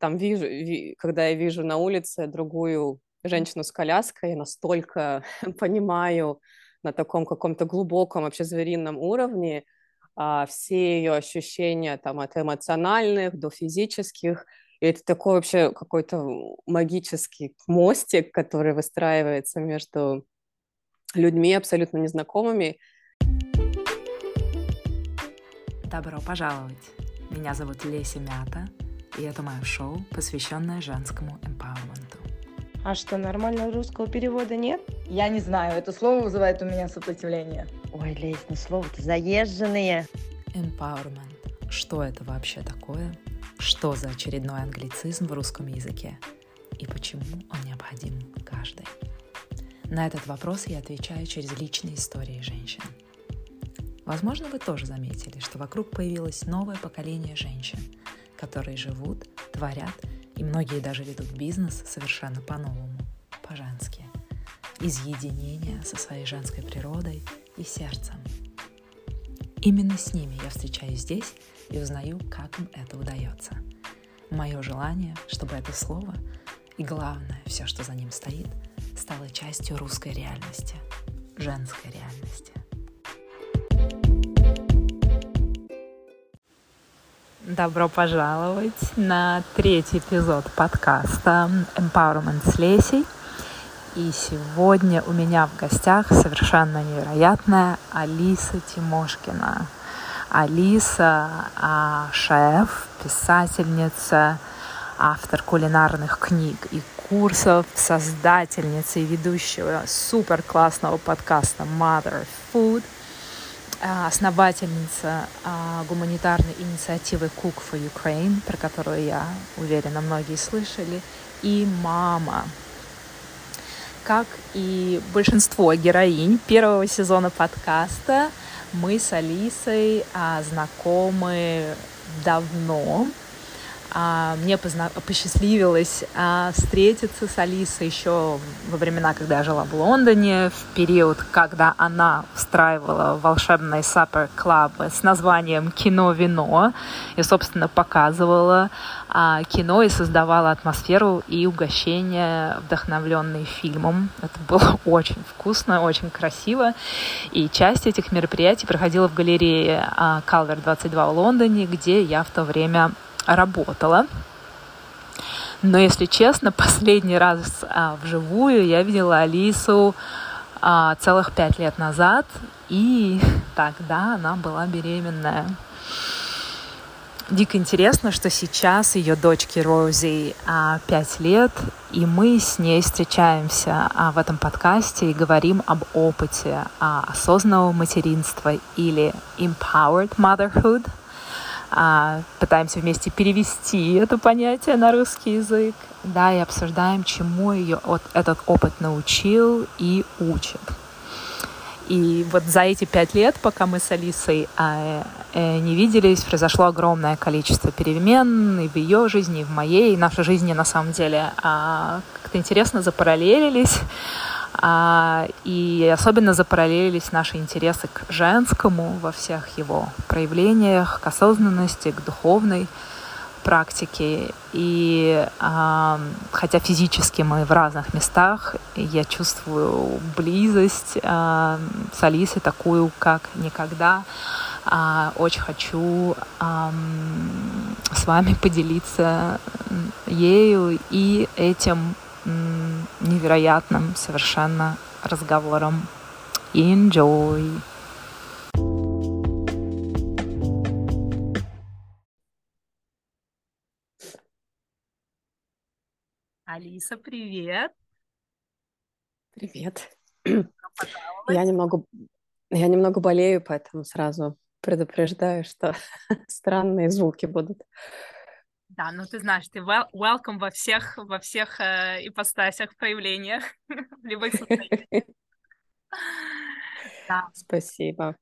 там когда я вижу на улице другую женщину с коляской, я настолько понимаю на таком каком-то глубоком, вообще зверином уровне все ее ощущения там от эмоциональных до физических. И это такой вообще какой-то магический мостик, который выстраивается между людьми абсолютно незнакомыми. Добро пожаловать! Меня зовут Леся Мята, и это мое шоу, посвященное женскому эмпауэрменту. А что, нормального русского перевода нет? Я не знаю, это слово вызывает у меня сопротивление. Ой, Лесь, ну слово-то заезженные. Empowerment. Что это вообще такое? Что за очередной англицизм в русском языке? И почему он необходим каждой? На этот вопрос я отвечаю через личные истории женщин. Возможно, вы тоже заметили, что вокруг появилось новое поколение женщин, которые живут, творят, и многие даже ведут бизнес совершенно по-новому, по-женски, из единения со своей женской природой и сердцем. Именно с ними я встречаюсь здесь и узнаю, как им это удается. Мое желание, чтобы это слово и, главное, все, что за ним стоит, стало частью русской реальности, женской реальности. Добро пожаловать на 3-й эпизод подкаста Empowerment с Лесей. И сегодня у меня в гостях совершенно невероятная Алиса Тимошкина. Алиса – шеф, писательница, автор кулинарных книг и курсов, создательница и ведущая супер классного подкаста Mother Food, основательница гуманитарной инициативы Cook for Ukraine, про которую, я уверена, многие слышали, и мама. Как и большинство героинь первого сезона подкаста, мы с Алисой знакомы давно. Мне посчастливилось встретиться с Алисой еще во времена, когда я жила в Лондоне, в период, когда она устраивала волшебные саппер-клабы с названием «Кино-вино» и, собственно, показывала кино и создавала атмосферу и угощения, вдохновленные фильмом. Это было очень вкусно, очень красиво. И часть этих мероприятий проходила в галерее Calvert 22 в Лондоне, где я в то время работала. Но, если честно, последний раз вживую я видела Алису целых 5 лет назад, и тогда она была беременная. Дико интересно, что сейчас ее дочке Рози 5 лет, и мы с ней встречаемся в этом подкасте и говорим об опыте осознанного материнства или empowered motherhood. Пытаемся вместе перевести это понятие на русский язык, да, и обсуждаем, чему ее этот опыт научил и учит. И вот за эти 5 лет, пока мы с Алисой не виделись, произошло огромное количество перемен и в ее жизни, и в моей, и наши жизни на самом деле как-то интересно запараллелились. И особенно запараллелились наши интересы к женскому во всех его проявлениях, к осознанности, к духовной практике. И хотя физически мы в разных местах, я чувствую близость с Алисой такую, как никогда. Очень хочу с вами поделиться ею и этим невероятным совершенно разговором. Enjoy! Алиса, привет! Привет. Я немного болею, поэтому сразу предупреждаю, что странные звуки будут. Да, ну ты знаешь, ты welcome во всех ипостасях, проявлениях, в любых состояниях. Да. Спасибо.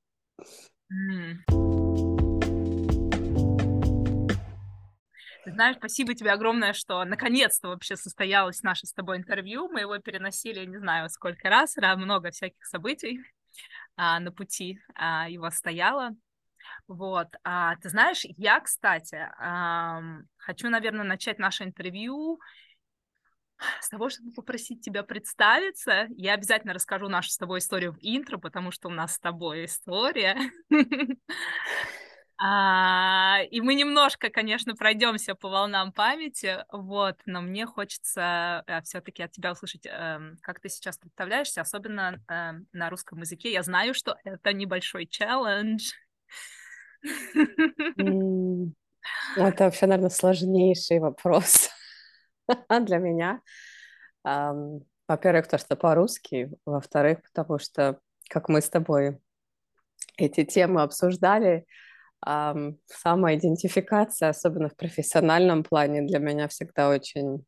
Ты знаешь, спасибо тебе огромное, что наконец-то вообще состоялось наше с тобой интервью. Мы его переносили, не знаю, сколько раз, много всяких событий на пути его стояло. Вот, ты знаешь, я, кстати, хочу, наверное, начать наше интервью с того, чтобы попросить тебя представиться. Я обязательно расскажу нашу с тобой историю в интро, потому что у нас с тобой история. И мы немножко, конечно, пройдемся по волнам памяти, вот, но мне хочется все-таки от тебя услышать, как ты сейчас представляешься, особенно на русском языке. Я знаю, что это небольшой челлендж. Ну, это вообще, наверное, сложнейший вопрос для меня. Во-первых, то, что по-русски, во-вторых, потому что, как мы с тобой эти темы обсуждали, самоидентификация, особенно в профессиональном плане, для меня всегда очень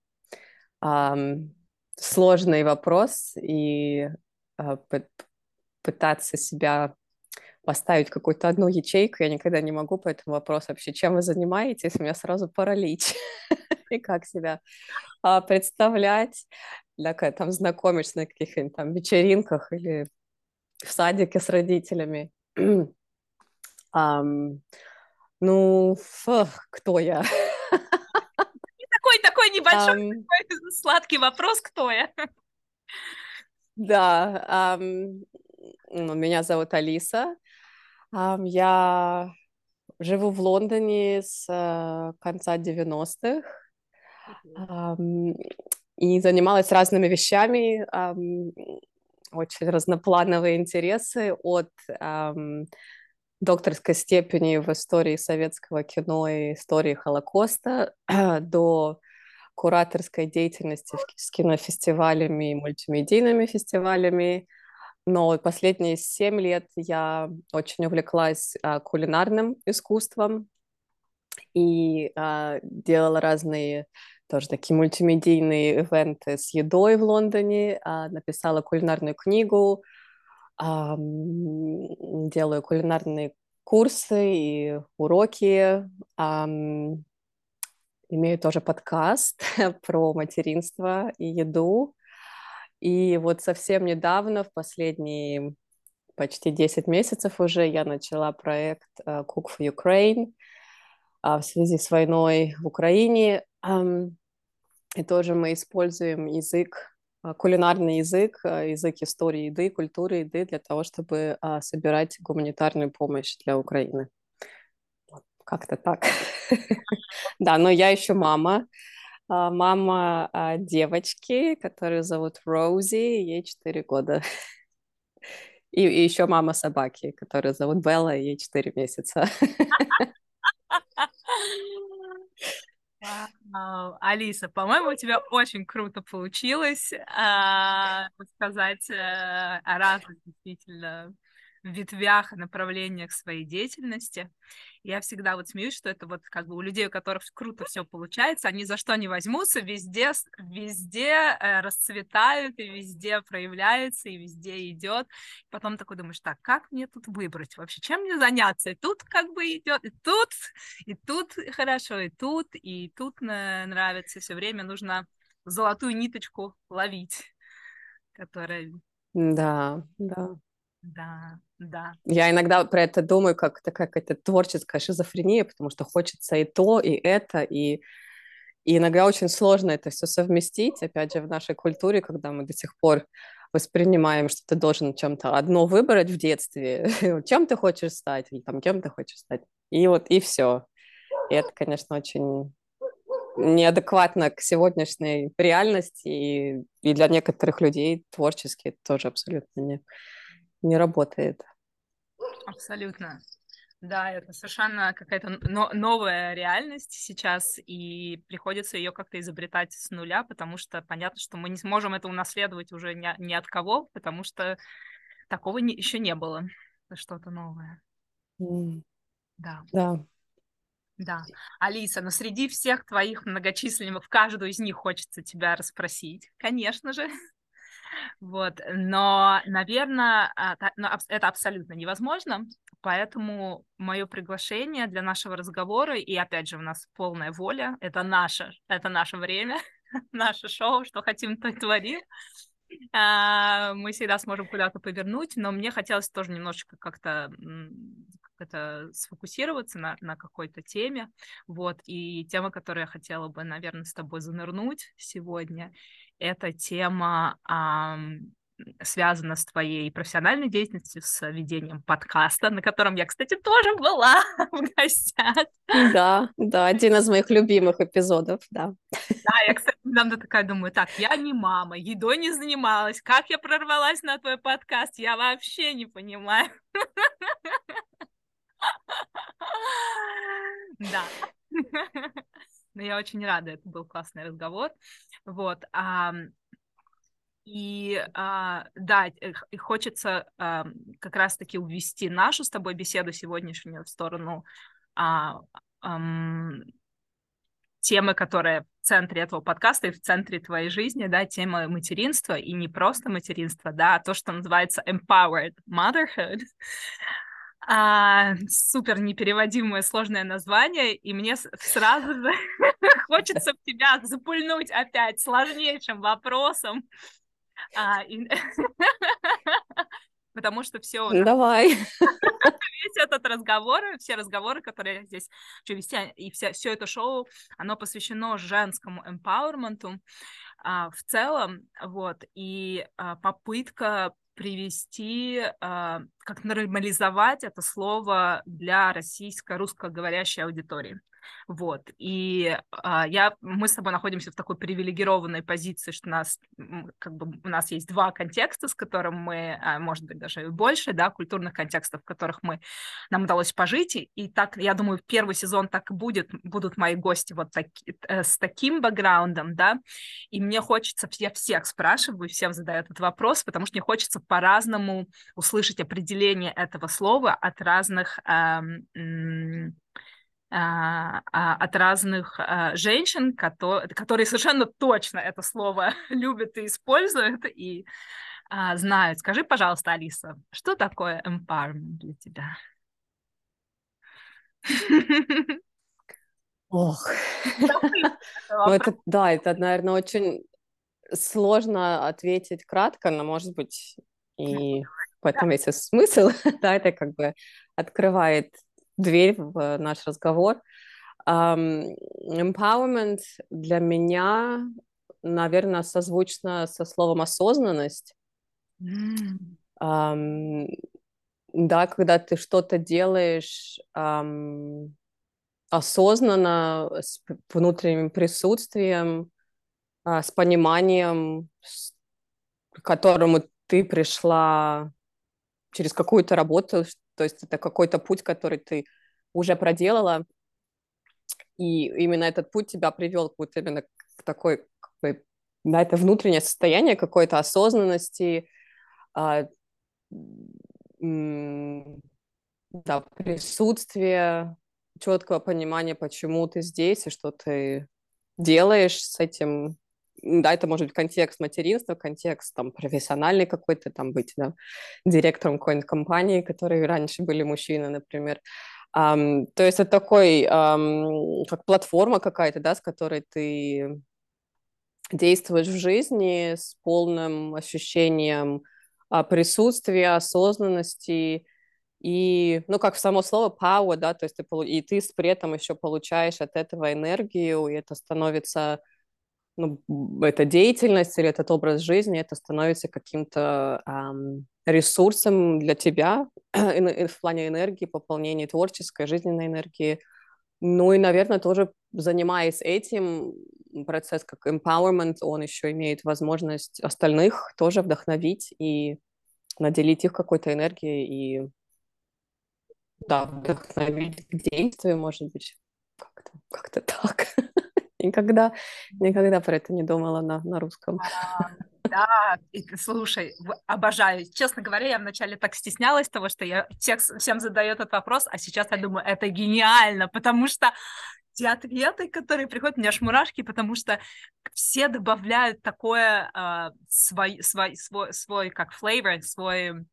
сложный вопрос, и пытаться себя поставить в какую-то одну ячейку я никогда не могу по этому вопросу вообще. Чем вы занимаетесь? У меня сразу паралич. И как себя представлять, там знакомишься на каких-нибудь там вечеринках или в садике с родителями. Ну, кто я? Такой небольшой, такой сладкий вопрос, кто я? Да, меня зовут Алиса. Я живу в Лондоне с конца 90-х и занималась разными вещами, очень разноплановые интересы от докторской степени в истории советского кино и истории Холокоста до кураторской деятельности с кинофестивалями и мультимедийными фестивалями. Но последние 7 лет я очень увлеклась кулинарным искусством и делала разные тоже такие мультимедийные ивенты с едой в Лондоне, написала кулинарную книгу, делаю кулинарные курсы и уроки, имею тоже подкаст про материнство и еду. И вот совсем недавно, в последние почти 10 месяцев уже, я начала проект Cook for Ukraine в связи с войной в Украине. И тоже мы используем язык, кулинарный язык, язык истории еды, культуры еды для того, чтобы собирать гуманитарную помощь для Украины. Как-то так. Да, но я еще мама. Мама девочки, которую зовут Роузи, ей 4 года. И еще мама собаки, которую зовут Белла, ей 4 месяца. Алиса, по-моему, у тебя очень круто получилось сказать о разных действительно ветвях и направлениях своей деятельности. Я всегда вот смеюсь, что это вот как бы у людей, у которых круто все получается, они за что не возьмутся, везде расцветают, и везде проявляются, и везде идет. Потом такой думаешь, так, как мне тут выбрать вообще, чем мне заняться? И тут как бы идет, и тут хорошо, и тут нравится. Все время нужно золотую ниточку ловить, которая... Да, да. Да, да. Я иногда про это думаю, как такая какая-то творческая шизофрения, потому что хочется и то, и это, и иногда очень сложно это все совместить, опять же, в нашей культуре, когда мы до сих пор воспринимаем, что ты должен чем-то одно выбрать в детстве, чем ты хочешь стать, или там кем ты хочешь стать, и вот, и все. И это, конечно, очень неадекватно к сегодняшней реальности, и для некоторых людей творчески это тоже абсолютно не работает. Абсолютно. Да, это совершенно какая-то новая реальность сейчас, и приходится ее как-то изобретать с нуля, потому что понятно, что мы не сможем это унаследовать уже ни от кого, потому что такого еще не было. Это что-то новое. Да. Да. Да. Алиса, но среди всех твоих многочисленных, в каждую из них хочется тебя расспросить, конечно же. Вот, но, наверное, это абсолютно невозможно, поэтому мое приглашение для нашего разговора, и опять же, у нас полная воля, это наше время, наше шоу, что хотим, то и творим. Мы всегда сможем куда-то повернуть, но мне хотелось тоже немножечко как-то это сфокусироваться на какой-то теме, вот, и тема, которую я хотела бы, наверное, с тобой занырнуть сегодня, это тема связана с твоей профессиональной деятельностью, с ведением подкаста, на котором я, кстати, тоже была в гостях. Да, да, один из моих любимых эпизодов, да. Да, я, кстати, недавно такая думаю, так, я не мама, едой не занималась, как я прорвалась на твой подкаст, я вообще не понимаю. Да. Но я очень рада, это был классный разговор. Вот. Да, и хочется как раз-таки увести нашу с тобой беседу сегодняшнюю в сторону темы, которая в центре этого подкаста и в центре твоей жизни, да, тема материнства, и не просто материнства, да, а то, что называется empowered motherhood. Супер непереводимое сложное название, и мне сразу же хочется в тебя запульнуть опять сложнейшим вопросом. Потому что все Давай. весь этот разговор, все разговоры, которые я здесь хочу вести, и все это шоу, оно посвящено женскому эмпауэрменту в целом, вот, и попытка привести, как нормализовать это слово для российско-русскоговорящей аудитории. Вот. И мы с тобой находимся в такой привилегированной позиции, что у нас есть два контекста, с которым мы, может быть, даже и больше, да, культурных контекстов, в которых нам удалось пожить. И так, я думаю, первый сезон так и будут мои гости вот с таким бэкграундом, да. И мне хочется, я всех спрашиваю, всем задаю этот вопрос, потому что мне хочется по-разному услышать определение этого слова от разных женщин, которые совершенно точно это слово любят и используют, и знают. Скажи, пожалуйста, Алиса, что такое empowerment для тебя? Ох. Ну, это, наверное, очень сложно ответить кратко, но, может быть, и в этом есть смысл. Да, это как бы открывает дверь в наш разговор. Empowerment для меня, наверное, созвучно со словом осознанность. Да, когда ты что-то делаешь осознанно, с внутренним присутствием, с пониманием, к которому ты пришла через какую-то работу, то есть это какой-то путь, который ты уже проделала, и именно этот путь тебя привел вот именно к такой, как бы, да, это внутреннее состояние какой-то осознанности, да, присутствия, четкого понимания, почему ты здесь и что ты делаешь с этим. Да, это может быть контекст материнства, контекст там профессиональный какой-то, там быть, да, директором какой-нибудь компании, которые раньше были мужчины, например. То есть это такой, как платформа какая-то, да, с которой ты действуешь в жизни с полным ощущением присутствия, осознанности, и, ну, как само слово power, да, то есть ты при этом еще получаешь от этого энергию, и это становится, ну, эта деятельность или этот образ жизни, это становится каким-то ресурсом для тебя в плане энергии, пополнения творческой, жизненной энергии. Ну и, наверное, тоже занимаясь этим, процесс как empowerment, он еще имеет возможность остальных тоже вдохновить и наделить их какой-то энергией и, да, вдохновить к действию, может быть, как-то так. Никогда про это не думала на русском. Да, слушай, обожаю. Честно говоря, я вначале так стеснялась того, что я всем задаю этот вопрос, а сейчас я думаю, это гениально, потому что те ответы, которые приходят, у меня аж мурашки, потому что все добавляют такое свой как flavor, свой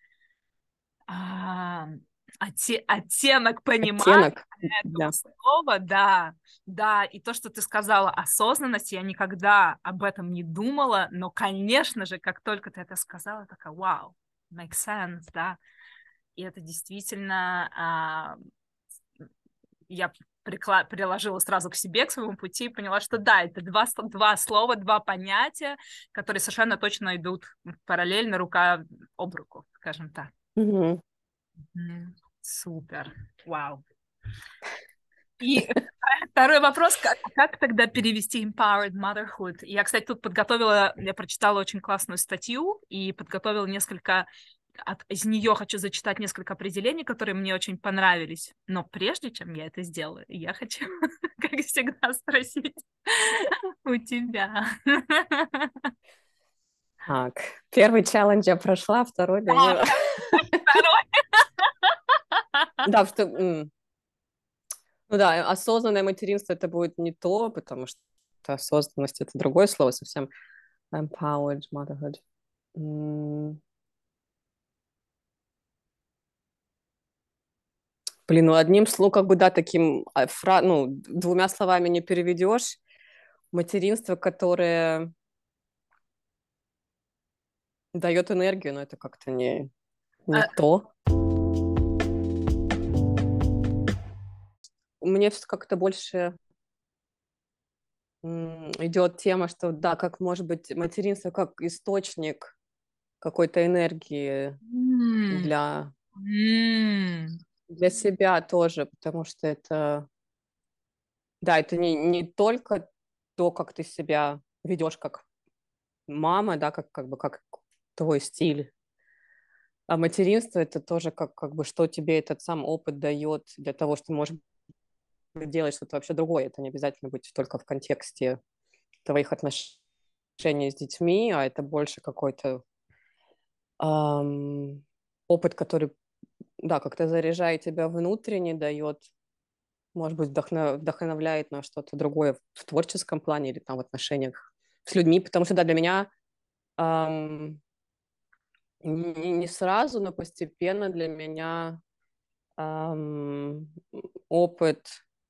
оттенок понимания этого слова, да, и то, что ты сказала, осознанность, я никогда об этом не думала, но, конечно же, как только ты это сказала, такая, вау, makes sense, да, и это действительно я приложила сразу к себе, к своему пути, и поняла, что да, это два слова, два понятия, которые совершенно точно идут параллельно, рука об руку, скажем так. Мгм. Супер, вау. И второй вопрос, как тогда перевести empowered motherhood? Я, кстати, тут я прочитала очень классную статью и подготовила из нее хочу зачитать несколько определений, которые мне очень понравились. Но прежде чем я это сделаю, я хочу, как всегда, спросить у тебя. Так, первый челлендж я прошла, второй Да, давай. второй. Да, что, ну да, осознанное материнство это будет не то, потому что осознанность это другое слово совсем. Empowered motherhood. Блин, ну одним словом, как бы, да, таким, ну, двумя словами не переведешь. Материнство, которое дает энергию, но это как-то не А, то. Мне как-то больше идет тема, что да, как может быть материнство как источник какой-то энергии м, для, м, для себя тоже, потому что это, да, это не только то, как ты себя ведешь как мама, да, как бы как твой стиль, а материнство это тоже как бы что тебе этот сам опыт дает для того, что можешь делать что-то вообще другое. Это не обязательно быть только в контексте твоих отношений с детьми, а это больше какой-то ам, опыт, который, да, как-то заряжает тебя внутренне, дает, может быть, вдохновляет на что-то другое в творческом плане или там в отношениях с людьми, потому что, да, для меня ам, не сразу, но постепенно для меня ам, опыт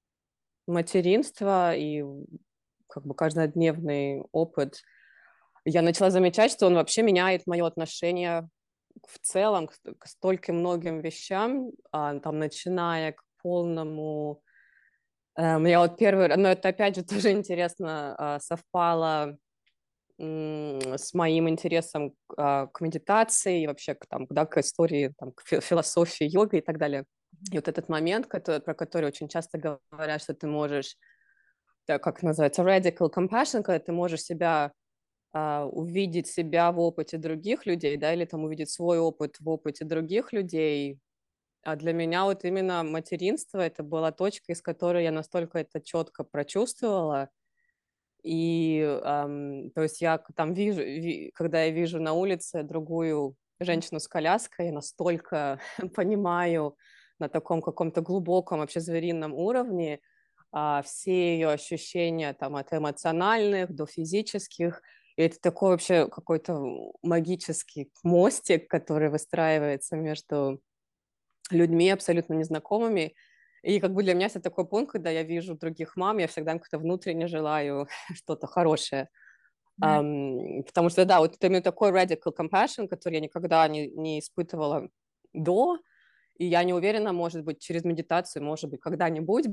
материнства и как бы каждодневный опыт, я начала замечать, что он вообще меняет мое отношение в целом к стольким многим вещам, там, начиная к полному... Я вот но это опять же тоже интересно совпало с моим интересом к медитации и вообще там, да, к истории, там, к философии, йоге и так далее. И вот этот момент, про который очень часто говорят, что ты можешь, как называется, radical compassion, когда ты можешь увидеть себя в опыте других людей, да, или там увидеть свой опыт в опыте других людей. А для меня вот именно материнство это была точка, из которой я настолько это четко прочувствовала. И то есть я там когда я вижу на улице другую женщину с коляской, я настолько понимаю на таком каком-то глубоком вообще зверином уровне все ее ощущения там от эмоциональных до физических. И это такой вообще какой-то магический мостик, который выстраивается между людьми абсолютно незнакомыми. И как бы для меня это такой пункт, когда я вижу других мам, я всегда им как-то внутренне желаю что-то хорошее. Потому что, да, вот это именно такой radical compassion, который я никогда не испытывала до, и я не уверена, может быть, через медитацию, может быть, когда-нибудь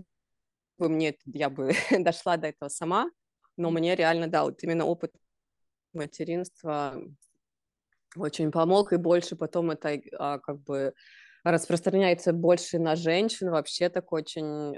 я бы дошла до этого сама, но мне реально, да, вот именно опыт материнства очень помог, и больше потом это как бы распространяется больше на женщин, вообще такой очень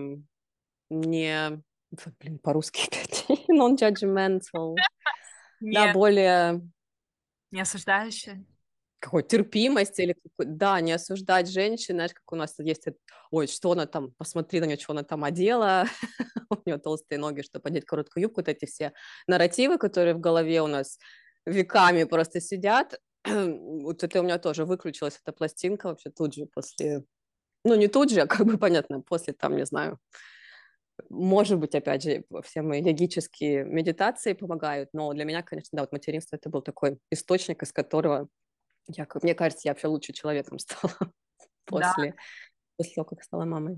не... Блин, по-русски опять. Non-judgmental. Да, не, более не осуждающая. какой терпимость или да, не осуждать женщин, знаешь, как у нас есть, ой, что она там, посмотри на нее, что она там одела, у нее толстые ноги, чтобы одеть короткую юбку, вот эти все нарративы, которые в голове у нас веками просто сидят, вот это у меня тоже выключилась эта пластинка вообще тут же после, ну не тут же, а как бы понятно, после там, не знаю, может быть, опять же, все мои йогические медитации помогают, но для меня, конечно, да, вот материнство это был такой источник, из которого мне кажется, я вообще лучше человеком стала Да. после того, как стала мамой.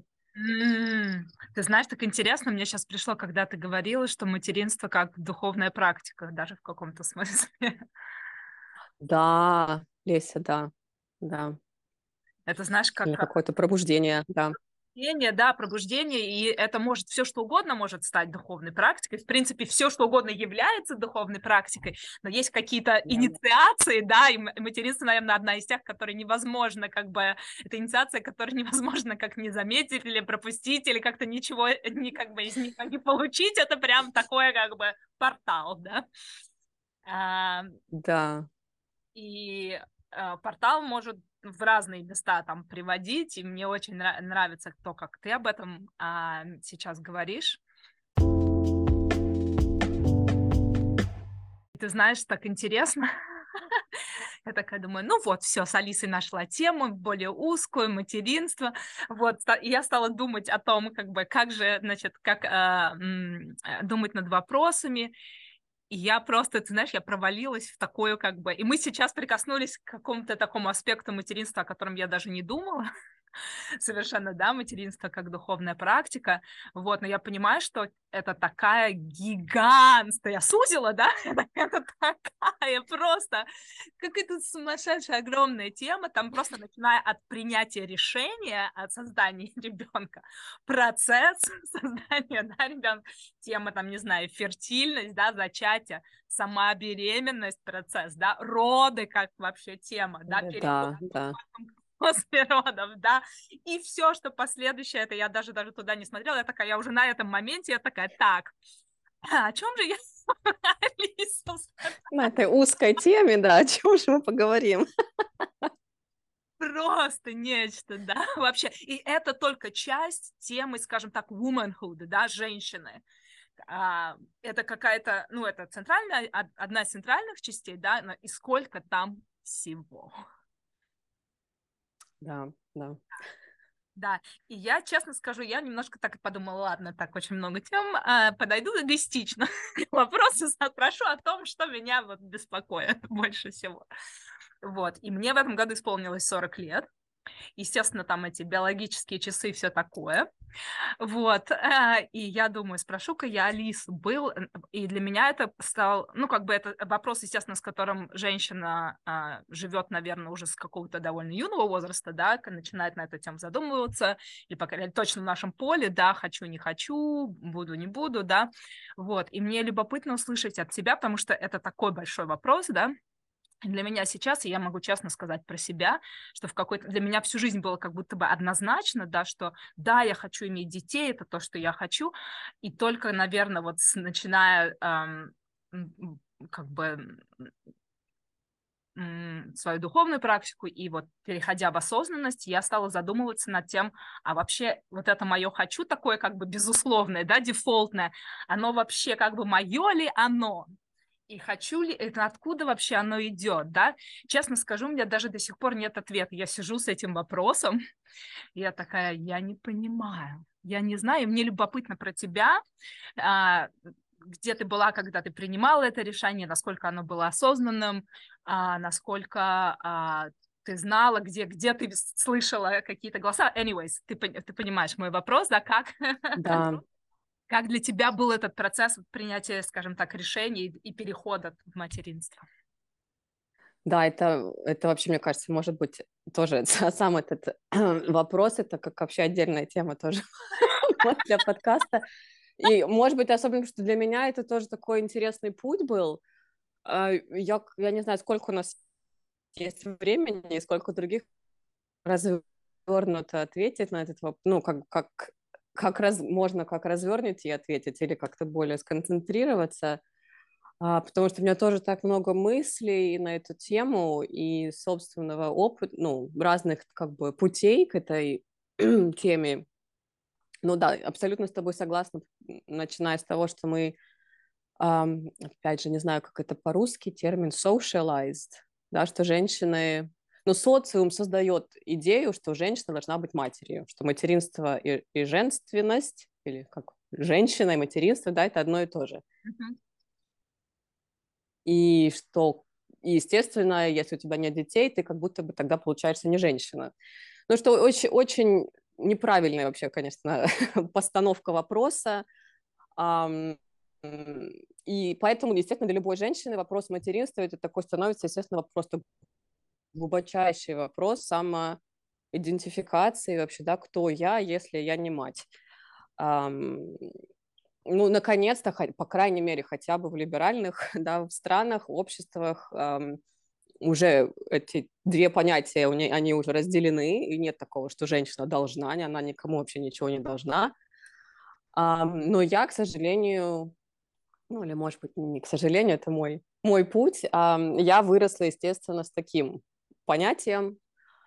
Ты знаешь, так интересно, мне сейчас пришло, когда ты говорила, что материнство как духовная практика, даже в каком-то смысле. Да, Леся, да, да. Это, знаешь, Или как какое-то пробуждение, да. пробуждение, да, пробуждение, и это может, все что угодно может стать духовной практикой. В принципе, все что угодно является духовной практикой, но есть какие-то Да. инициации, да, и материнство, наверное, одна из тех, которые невозможно, как бы, это инициация, которую невозможно как не заметить или пропустить, или как-то ничего не, как бы, из них не получить, это прям такое, как бы, портал, да. А, Да. и портал может в разные места там приводить, и мне очень нравится то, как ты об этом сейчас говоришь. Ты знаешь, так интересно. Я такая думаю, ну вот, все, с Алисой нашла тему, более узкую, материнство. Вот, и я стала думать о том, как бы, как же, значит, как думать над вопросами. И я просто, ты знаешь, я провалилась в такое, как бы... И мы сейчас прикоснулись к какому-то такому аспекту материнства, о котором я даже не думала. Совершенно, да, материнство как духовная практика, вот, но я понимаю, что это такая гигантская, я сузила, да, это такая просто какая-то сумасшедшая огромная тема, там просто начиная от принятия решения, от создания ребенка, процесс создания, да, ребенка, тема, там, не знаю, фертильность, да, зачатие, сама беременность, процесс, да, роды как вообще тема, да, переход Да, да. после родов, да, и все, что последующее, это я даже туда не смотрела, я такая, я уже на этом моменте, я такая, так, о чем же я Алиса? На этой узкой теме, да, о чем же мы поговорим? Просто нечто, да, вообще, и это только часть темы, скажем так, womanhood, да, женщины, это какая-то, ну, это центральная, одна из центральных частей, да, и сколько там всего. Да, да. Да, и я, честно скажу, я немножко так и подумала, ладно, так очень много тем, подойду эгоистично к вопросу, спрошу о том, что меня вот беспокоит больше всего. Вот, и мне в этом году исполнилось 40 лет, естественно, там эти биологические часы и все такое. Вот, и я думаю, спрошу-ка я Алису, и для меня это стал, ну, как бы это вопрос, естественно, с которым женщина живет, наверное, уже с какого-то довольно юного возраста, да, начинает на эту тему задумываться, или, по крайней мере, точно в нашем поле, да, хочу, не хочу, буду, не буду, да, вот, и мне любопытно услышать от тебя, потому что это такой большой вопрос, да. Для меня сейчас, и я могу честно сказать про себя, что в какой-то для меня всю жизнь было как будто бы однозначно, да, что да, я хочу иметь детей, это то, что я хочу, и только, наверное, вот начиная как бы свою духовную практику и вот переходя в осознанность, я стала задумываться над тем, а вообще вот это мое «хочу» такое как бы безусловное, да, дефолтное, оно вообще как бы мое ли оно? И хочу ли, это откуда вообще оно идет, да? Честно скажу, у меня даже до сих пор нет ответа. Я сижу с этим вопросом, и я такая, я не понимаю, я не знаю, мне любопытно про тебя, а, где ты была, когда ты принимала это решение, насколько оно было осознанным, насколько ты знала, где ты слышала какие-то голоса. Anyways, ты понимаешь мой вопрос, да, как, Да, как для тебя был этот процесс принятия, скажем так, решений и перехода в материнство? да, это вообще, мне кажется, может быть тоже сам этот вопрос, это как вообще отдельная тема тоже для подкаста. И, может быть, особенно, что для меня это тоже такой интересный путь был. Я не знаю, сколько у нас есть времени, и сколько других развернуто ответить на этот вопрос. Ну, можно как развернуть и ответить, или как-то более сконцентрироваться. Потому что у меня тоже так много мыслей на эту тему и собственного опыта, ну, разных как бы путей к этой теме. Ну да, абсолютно с тобой согласна, начиная с того, что мы, опять же, не знаю, как это по-русски, термин socialized, да, что женщины, ну, социум создает идею, что женщина должна быть матерью, что материнство и женственность, или как женщина и материнство, да, это одно и то же. Мгм. И что, естественно, если у тебя нет детей, ты как будто бы тогда получаешься не женщина. Ну, что очень, очень неправильная вообще, конечно, постановка вопроса. И поэтому, естественно, для любой женщины вопрос материнства это такой становится, естественно, просто глубочайший вопрос идентификации вообще, да, кто я, если я не мать. Ну, наконец-то, по крайней мере, хотя бы в либеральных, да, в странах, обществах уже эти две понятия, они уже разделены, и нет такого, что женщина должна, она никому вообще ничего не должна. Но я, к сожалению, ну, или, может быть, не к сожалению, это мой путь, я выросла, естественно, с таким понятием.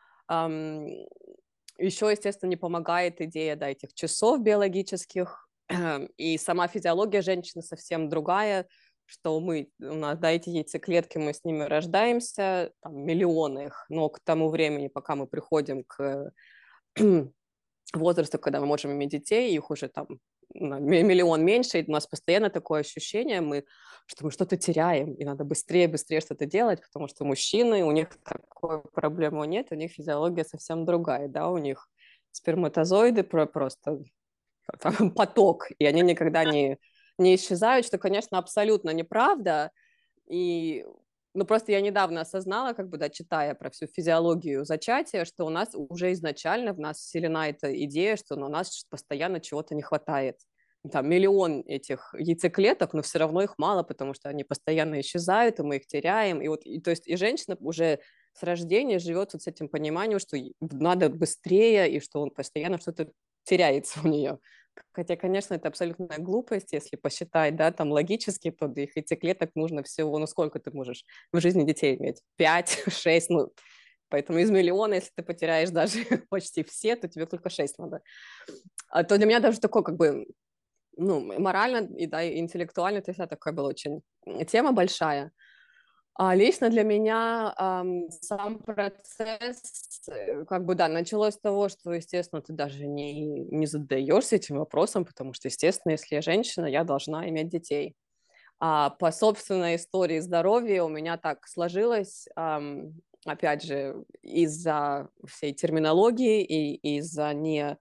Еще, естественно, не помогает идея, да, этих часов биологических, и сама физиология женщины совсем другая, что у нас, да, эти яйцеклетки, мы с ними рождаемся, там, миллионы их, но к тому времени, пока мы приходим к возрасту, когда мы можем иметь детей, их уже там миллион меньше, и у нас постоянно такое ощущение, что мы что-то теряем, и надо быстрее что-то делать, потому что мужчины, у них такой проблемы нет, у них физиология совсем другая, да, у них сперматозоиды просто там, поток, и они никогда не исчезают, что, конечно, абсолютно неправда, и ну, просто я недавно осознала, как бы, да, читая про всю физиологию зачатия, что у нас уже изначально в нас вселена эта идея, что у нас постоянно чего-то не хватает. Там миллион этих яйцеклеток, но все равно их мало, потому что они постоянно исчезают, и мы их теряем. И вот, то есть и женщина уже с рождения живет вот с этим пониманием, что надо быстрее, и что он постоянно что-то теряется у нее. Хотя, конечно, это абсолютная глупость, если посчитать, да, там логически, то их яйцеклеток нужно всего, ну сколько ты можешь в жизни детей иметь? 5, 6, ну, поэтому из миллиона, если ты потеряешь даже почти все, то тебе только 6 надо. То для меня даже такое, как бы, ну, морально и, да, и интеллектуально, это всегда такая была очень тема большая. А лично для меня сам процесс, как бы, да, началось с того, что, естественно, ты даже не задаешься этим вопросом, потому что, естественно, если я женщина, я должна иметь детей. А по собственной истории здоровья у меня так сложилось, опять же, из-за всей терминологии и из-за не...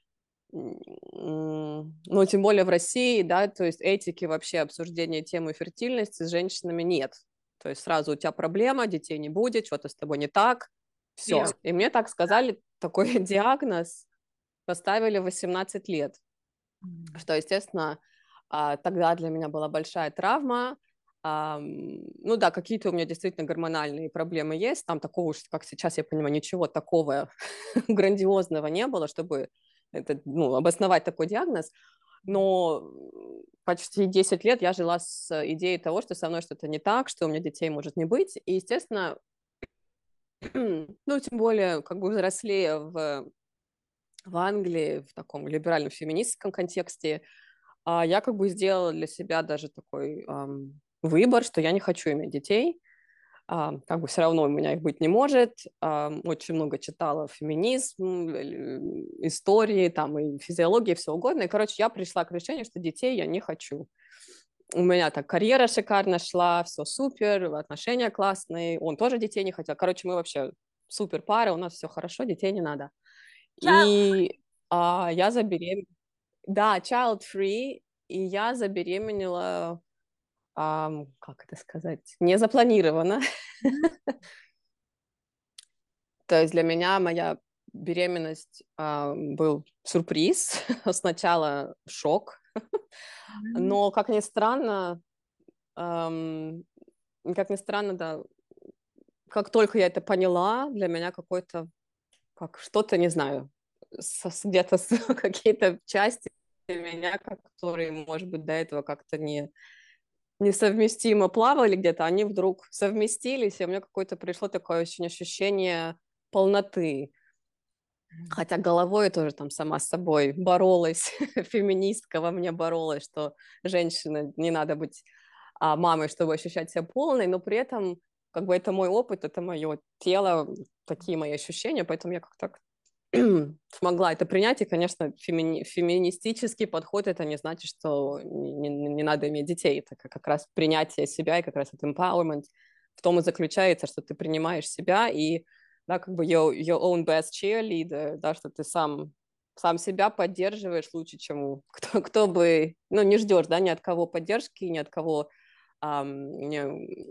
Ну, тем более в России, да, то есть этики вообще обсуждения темы фертильности с женщинами нет. То есть сразу у тебя проблема, детей не будет, что-то с тобой не так, все. Yes. И мне так сказали, такой диагноз поставили в 18 лет, что, естественно, тогда для меня была большая травма. Ну да, какие-то у меня действительно гормональные проблемы есть, там такого уж, как сейчас я понимаю, ничего такого грандиозного не было, чтобы это, ну, обосновать такой диагноз, но почти 10 лет я жила с идеей того, что со мной что-то не так, что у меня детей может не быть, и, естественно, ну, тем более, как бы взрослее в Англии, в таком либеральном феминистском контексте, я как бы сделала для себя даже такой выбор, что я не хочу иметь детей, как бы все равно у меня их быть не может. Очень много читала феминизм, истории, там и физиологии, все угодно. И, короче, я пришла к решению, что детей я не хочу. У меня так карьера шикарно шла, все супер, отношения классные, он тоже детей не хотел. Короче, мы вообще супер пара, у нас все хорошо, детей не надо. И я забеременела. Да, child free, и я забеременела, как это сказать, незапланированно. То есть для меня моя беременность был сюрприз. Сначала шок, но, как ни странно, да, как только я это поняла, для меня какой-то, как что-то, не знаю, где-то какие-то части меня, которые, может быть, до этого как-то несовместимо плавали где-то, они вдруг совместились, и у меня какое-то пришло такое очень ощущение полноты. Хотя головой я тоже там сама с собой боролась, феминистка во мне боролась, что женщина, не надо быть мамой, чтобы ощущать себя полной, но при этом как бы это мой опыт, это мое тело, такие мои ощущения, поэтому я как-то смогла это принять, и, конечно, феминистический подход, это не значит, что не надо иметь детей, это как раз принятие себя, и как раз это empowerment в том и заключается, что ты принимаешь себя, и, да, как бы your own best cheerleader, да, что ты сам себя поддерживаешь лучше, чем кто бы, ну, не ждешь, да, ни от кого поддержки, ни от кого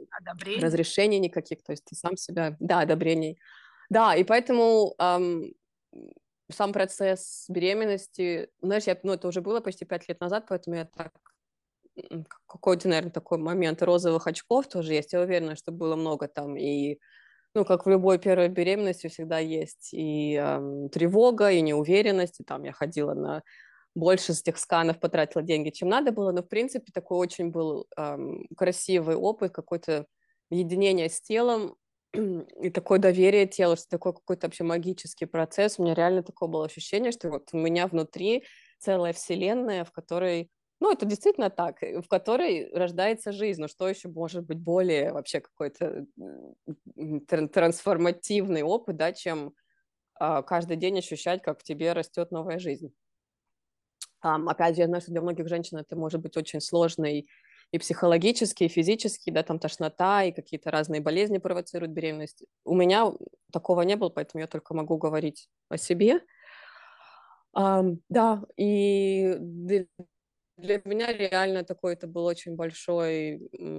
разрешений никаких, то есть ты сам себя, да, одобрений. Да, и поэтому сам процесс беременности, знаешь, это уже было почти 5 лет назад, поэтому я так какой-то, наверное, такой момент розовых очков тоже есть. Я уверена, что было много там и, ну, как в любой первой беременности, всегда есть и тревога, и неуверенность. И там я ходила на больше с этих сканов, потратила деньги, чем надо было. Но, в принципе, такой очень был красивый опыт, какое-то единение с телом и такое доверие телу, что такой какой-то вообще магический процесс. У меня реально такое было ощущение, что вот у меня внутри целая вселенная, в которой ну, это действительно так, в которой рождается жизнь. Но что еще может быть более вообще какой-то трансформативный опыт, да, чем каждый день ощущать, как в тебе растет новая жизнь. Опять же, я знаю, что для многих женщин это может быть очень сложно и психологически, и физически, да, там тошнота и какие-то разные болезни провоцируют беременность. У меня такого не было, поэтому я только могу говорить о себе. Да, и для меня реально такой это был очень большой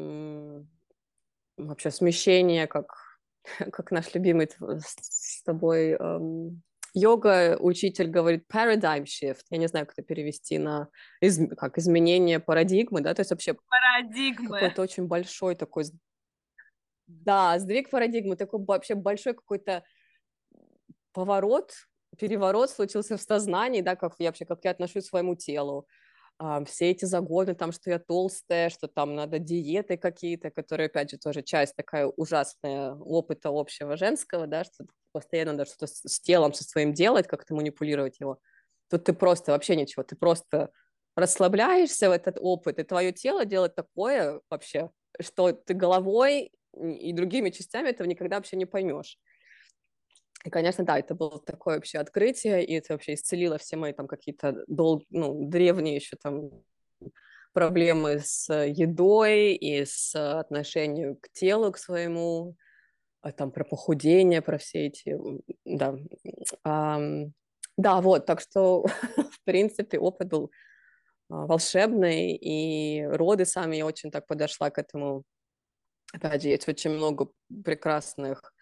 вообще смещение, как наш любимый с тобой йога-учитель говорит paradigm shift. Я не знаю, как это перевести на как изменение парадигмы, да, то есть вообще Парадигмы. какой-то очень большой такой, да, сдвиг парадигмы, такой вообще большой какой-то поворот, переворот случился в сознании, да, как я вообще, как я отношусь к своему телу, все эти загоны, там, что я толстая, что там надо диеты какие-то, которые, опять же, тоже часть такая ужасная опыта общего женского, да, что постоянно надо что-то с телом со своим делать, как-то манипулировать его. Тут ты просто вообще ничего, ты просто расслабляешься в этот опыт, и твое тело делает такое вообще, что ты головой и другими частями этого никогда вообще не поймешь. И, конечно, да, это было такое вообще открытие, и это вообще исцелило все мои там какие-то древние еще там проблемы с едой и с отношением к телу, к своему, там про похудение, про все эти, да. Да, вот, так что, в принципе, опыт был волшебный, и роды сами, я очень так подошла к этому. Опять же, есть очень много прекрасных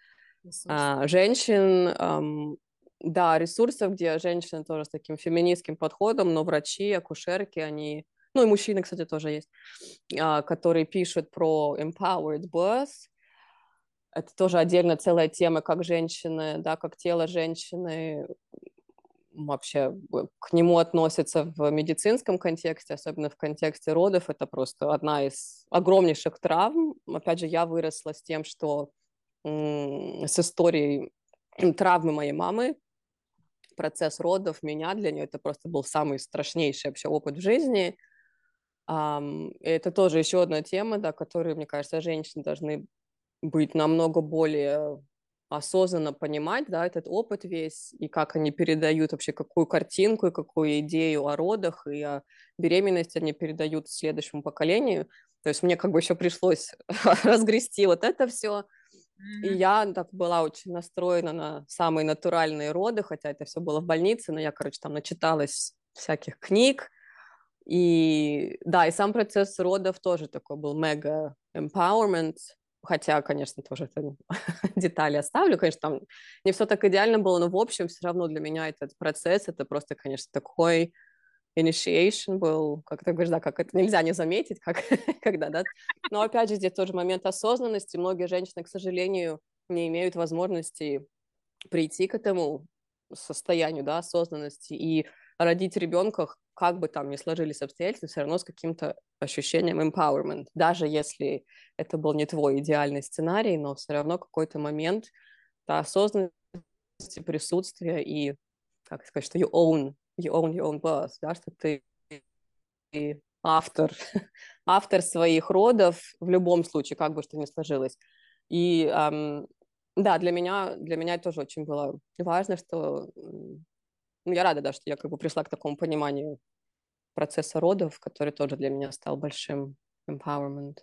женщин, да, ресурсов, где женщины тоже с таким феминистским подходом, но врачи, акушерки, они, ну и мужчины, кстати, тоже есть, которые пишут про empowered birth. Это тоже отдельно целая тема, как женщины, да, как тело женщины вообще к нему относятся в медицинском контексте, особенно в контексте родов. Это просто одна из огромнейших травм. Опять же, я выросла с тем, что с историей травмы моей мамы, процесс родов меня, для нее это просто был самый страшнейший вообще опыт в жизни. И это тоже еще одна тема, да, которую, мне кажется, женщины должны быть намного более осознанно понимать, да, этот опыт весь, и как они передают вообще, какую картинку и какую идею о родах и о беременности они передают следующему поколению. То есть мне как бы еще пришлось разгрести вот это все. И я так была очень настроена на самые натуральные роды, хотя это все было в больнице, но я, короче, там начиталась всяких книг. И да, и сам процесс родов тоже такой был мега empowerment, хотя, конечно, тоже это детали оставлю, конечно, там не все так идеально было, но в общем все равно для меня этот процесс, это просто, конечно, такой initiation был, как ты говоришь, да, как это нельзя не заметить, как, когда, да. Но опять же, здесь тоже момент осознанности. Многие женщины, к сожалению, не имеют возможности прийти к этому состоянию, да, осознанности и родить ребенка, как бы там ни сложились обстоятельства, все равно с каким-то ощущением empowerment. Даже если это был не твой идеальный сценарий, но все равно какой-то момент да, осознанности, присутствия и, как сказать, что you own your own birth, да, что ты автор, автор своих родов в любом случае, как бы что ни сложилось. И да, для меня это тоже очень было важно, что ну, я рада, да, что я как бы пришла к такому пониманию процесса родов, который тоже для меня стал большим empowerment.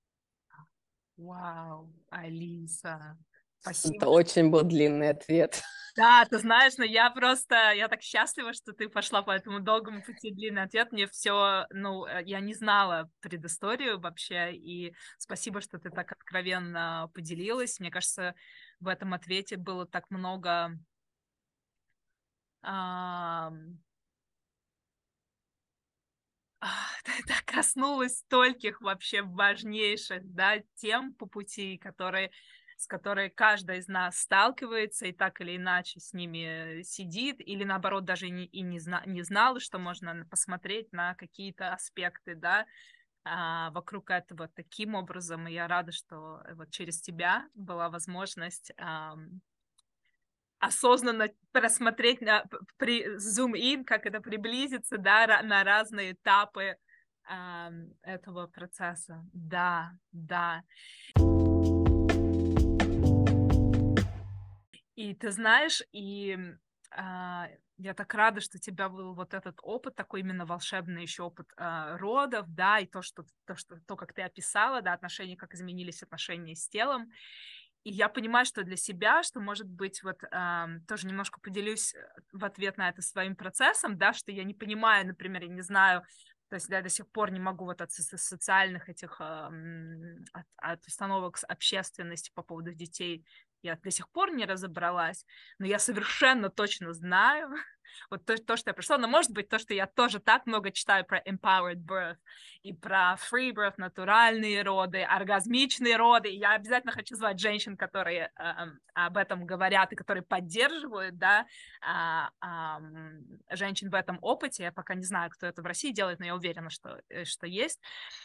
Вау, Алиса, Это спасибо. очень был длинный ответ. Да, ты знаешь, но я так счастлива, что ты пошла по этому долгому пути, длинный ответ. Мне все, я не знала предысторию вообще, и спасибо, что ты так откровенно поделилась. Мне кажется, в этом ответе было так много ам, ты коснулась стольких вообще важнейших, да, тем по пути, с которой каждый из нас сталкивается и так или иначе с ними сидит, или наоборот даже не знал, что можно посмотреть на какие-то аспекты, да, вокруг этого таким образом. И я рада, что вот через тебя была возможность осознанно просмотреть, зум-ин, как это приблизиться, да, на разные этапы этого процесса. Да, да. И ты знаешь, я так рада, что у тебя был вот этот опыт, такой именно волшебный еще опыт родов, да, и то, как ты описала, да, отношения, как изменились отношения с телом. И я понимаю, что для себя, что, может быть, вот тоже немножко поделюсь в ответ на это своим процессом, да, что я не понимаю, например, я не знаю, то есть я до сих пор не могу вот от социальных этих, от установок общественности по поводу детей, я до сих пор не разобралась, но я совершенно точно знаю, вот то, что я пришла, но может быть то, что я тоже так много читаю про empowered birth и про free birth, натуральные роды, оргазмичные роды, и я обязательно хочу звать женщин, которые об этом говорят и которые поддерживают, да, женщин в этом опыте. Я пока не знаю, кто это в России делает, но я уверена, что есть.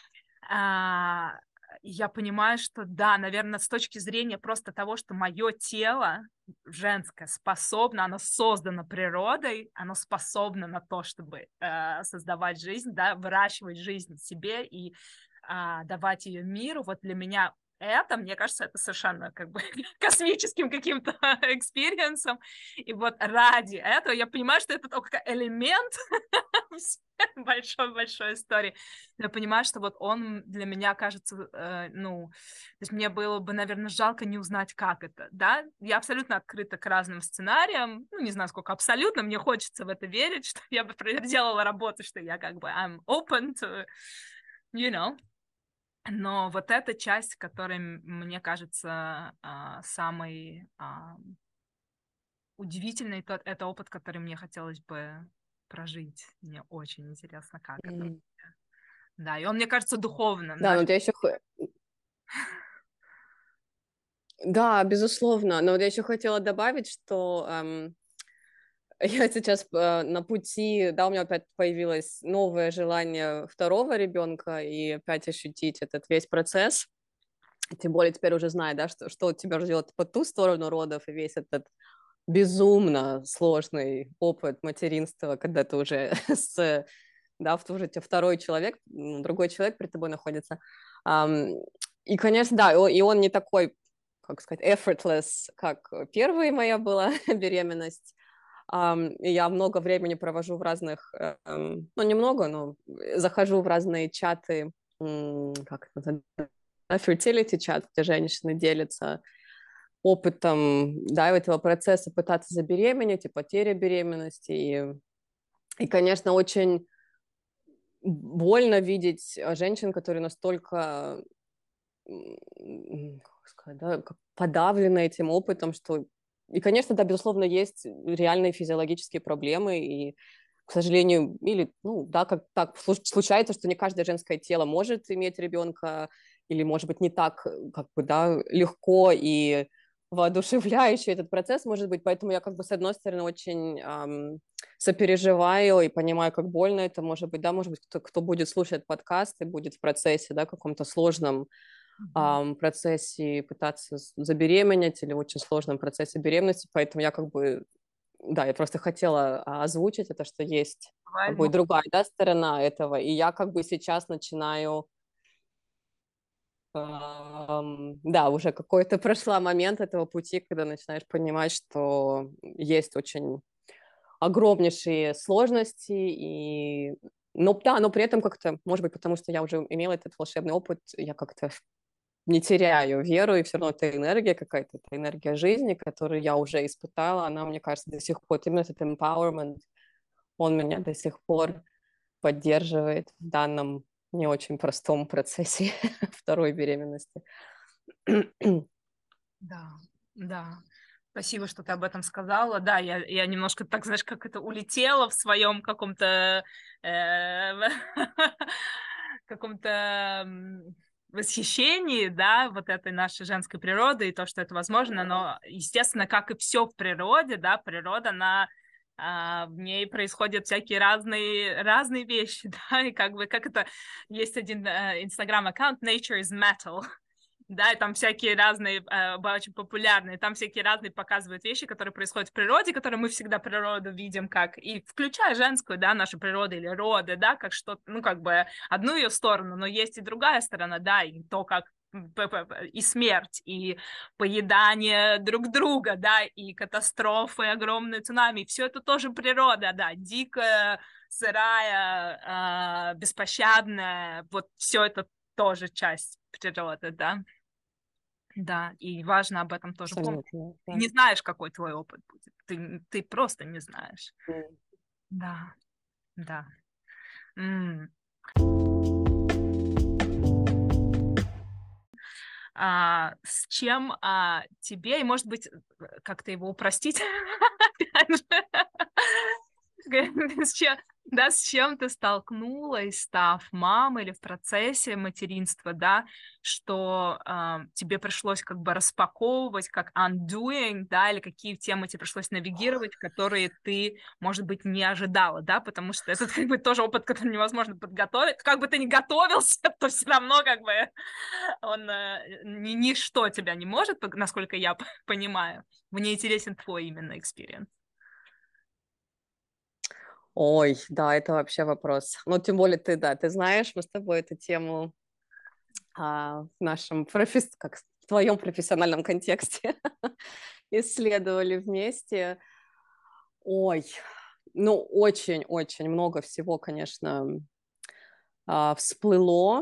Я понимаю, что да, наверное, с точки зрения просто того, что мое тело женское способно, оно создано природой, оно способно на то, чтобы создавать жизнь, да, выращивать жизнь в себе и давать ее миру. Вот для меня мне кажется, это совершенно как бы космическим каким-то экспириенсом. И вот ради этого я понимаю, что это только элемент большой-большой истории. Но я понимаю, что вот он для меня кажется, то есть мне было бы, наверное, жалко не узнать, как это, да? Я абсолютно открыта к разным сценариям, не знаю, сколько абсолютно, мне хочется в это верить, что я бы проделала работу, что я как бы I'm open to, но вот эта часть, которая, мне кажется, самой удивительной, это опыт, который мне хотелось бы прожить. Мне очень интересно, как это. Да, и он, мне кажется, духовным. Да, но я еще... Да, безусловно. Но вот я еще хотела добавить, что я сейчас на пути, да, у меня опять появилось новое желание второго ребенка и опять ощутить этот весь процесс. Тем более теперь уже знаю, да, что тебя ждет по ту сторону родов и весь этот безумно сложный опыт материнства, когда ты уже уже тебя второй человек, другой человек перед тобой находится. И, конечно, да, и он не такой, как сказать, effortless, как первая моя была беременность. И я много времени провожу в разных, немного, но захожу в разные чаты, как это называется, fertility чат, где женщины делятся опытом, да, этого процесса пытаться забеременеть и потеря беременности. И, конечно, очень больно видеть женщин, которые настолько подавлены этим опытом, что... И, конечно, да, безусловно, есть реальные физиологические проблемы, и, к сожалению, как так случается, что не каждое женское тело может иметь ребенка, или, может быть, не так, легко и воодушевляющий этот процесс может быть, поэтому я с одной стороны очень сопереживаю и понимаю, как больно это может быть, да, может быть, кто будет слушать подкаст и будет в процессе, да, каком-то сложном процессе пытаться забеременеть или в очень сложном процессе беременности, поэтому я я просто хотела озвучить это, что есть другая, да, сторона этого, и я сейчас начинаю уже какой-то прошла момент этого пути, когда начинаешь понимать, что есть очень огромнейшие сложности, но при этом может быть, потому что я уже имела этот волшебный опыт, я не теряю веру, и все равно это энергия какая-то, это энергия жизни, которую я уже испытала, она, мне кажется, до сих пор, именно этот empowerment, он меня до сих пор поддерживает в данном не очень простом процессе второй беременности. Да, да. Спасибо, что ты об этом сказала. Да, я немножко так, знаешь, как это улетела в своем каком-то каком-то восхищении, да, вот этой нашей женской природы и то, что это возможно, но, естественно, как и все в природе, да, природа, в ней происходят всякие разные вещи, да, и как бы, как это, есть один инстаграм-аккаунт Nature is Metal, да, и там всякие разные, очень популярные, там всякие разные показывают вещи, которые происходят в природе, которые мы всегда природу видим как, и включая женскую, да, нашу природу или роды, да, как что-то, ну, как бы одну ее сторону, но есть и другая сторона, да, и то, как и смерть, и поедание друг друга, да, и катастрофы, огромные цунами, все это тоже природа, да, дикая, сырая, беспощадная, вот все это тоже часть природы, да. Да, и важно об этом тоже помнить. Абсолютно, Ты да. не знаешь, какой твой опыт будет. Ты просто не знаешь. М. Да, да. М. С чем тебе, и, может быть, как-то его упростить, опять же, с чем ты столкнулась, став мамой или в процессе материнства, да, что тебе пришлось как бы распаковывать, как undoing, да, или какие темы тебе пришлось навигировать, которые ты, может быть, не ожидала, да, потому что это как бы тоже опыт, который невозможно подготовить. Как бы ты ни готовился, то все равно как бы он ничто тебя не может, насколько я понимаю. Мне интересен твой именно экспириенс. Ой, да, это вообще вопрос. Ну, тем более ты, да, ты знаешь, мы с тобой эту тему в нашем как в твоем профессиональном контексте исследовали вместе. Ой, ну, очень-очень много всего, конечно, всплыло.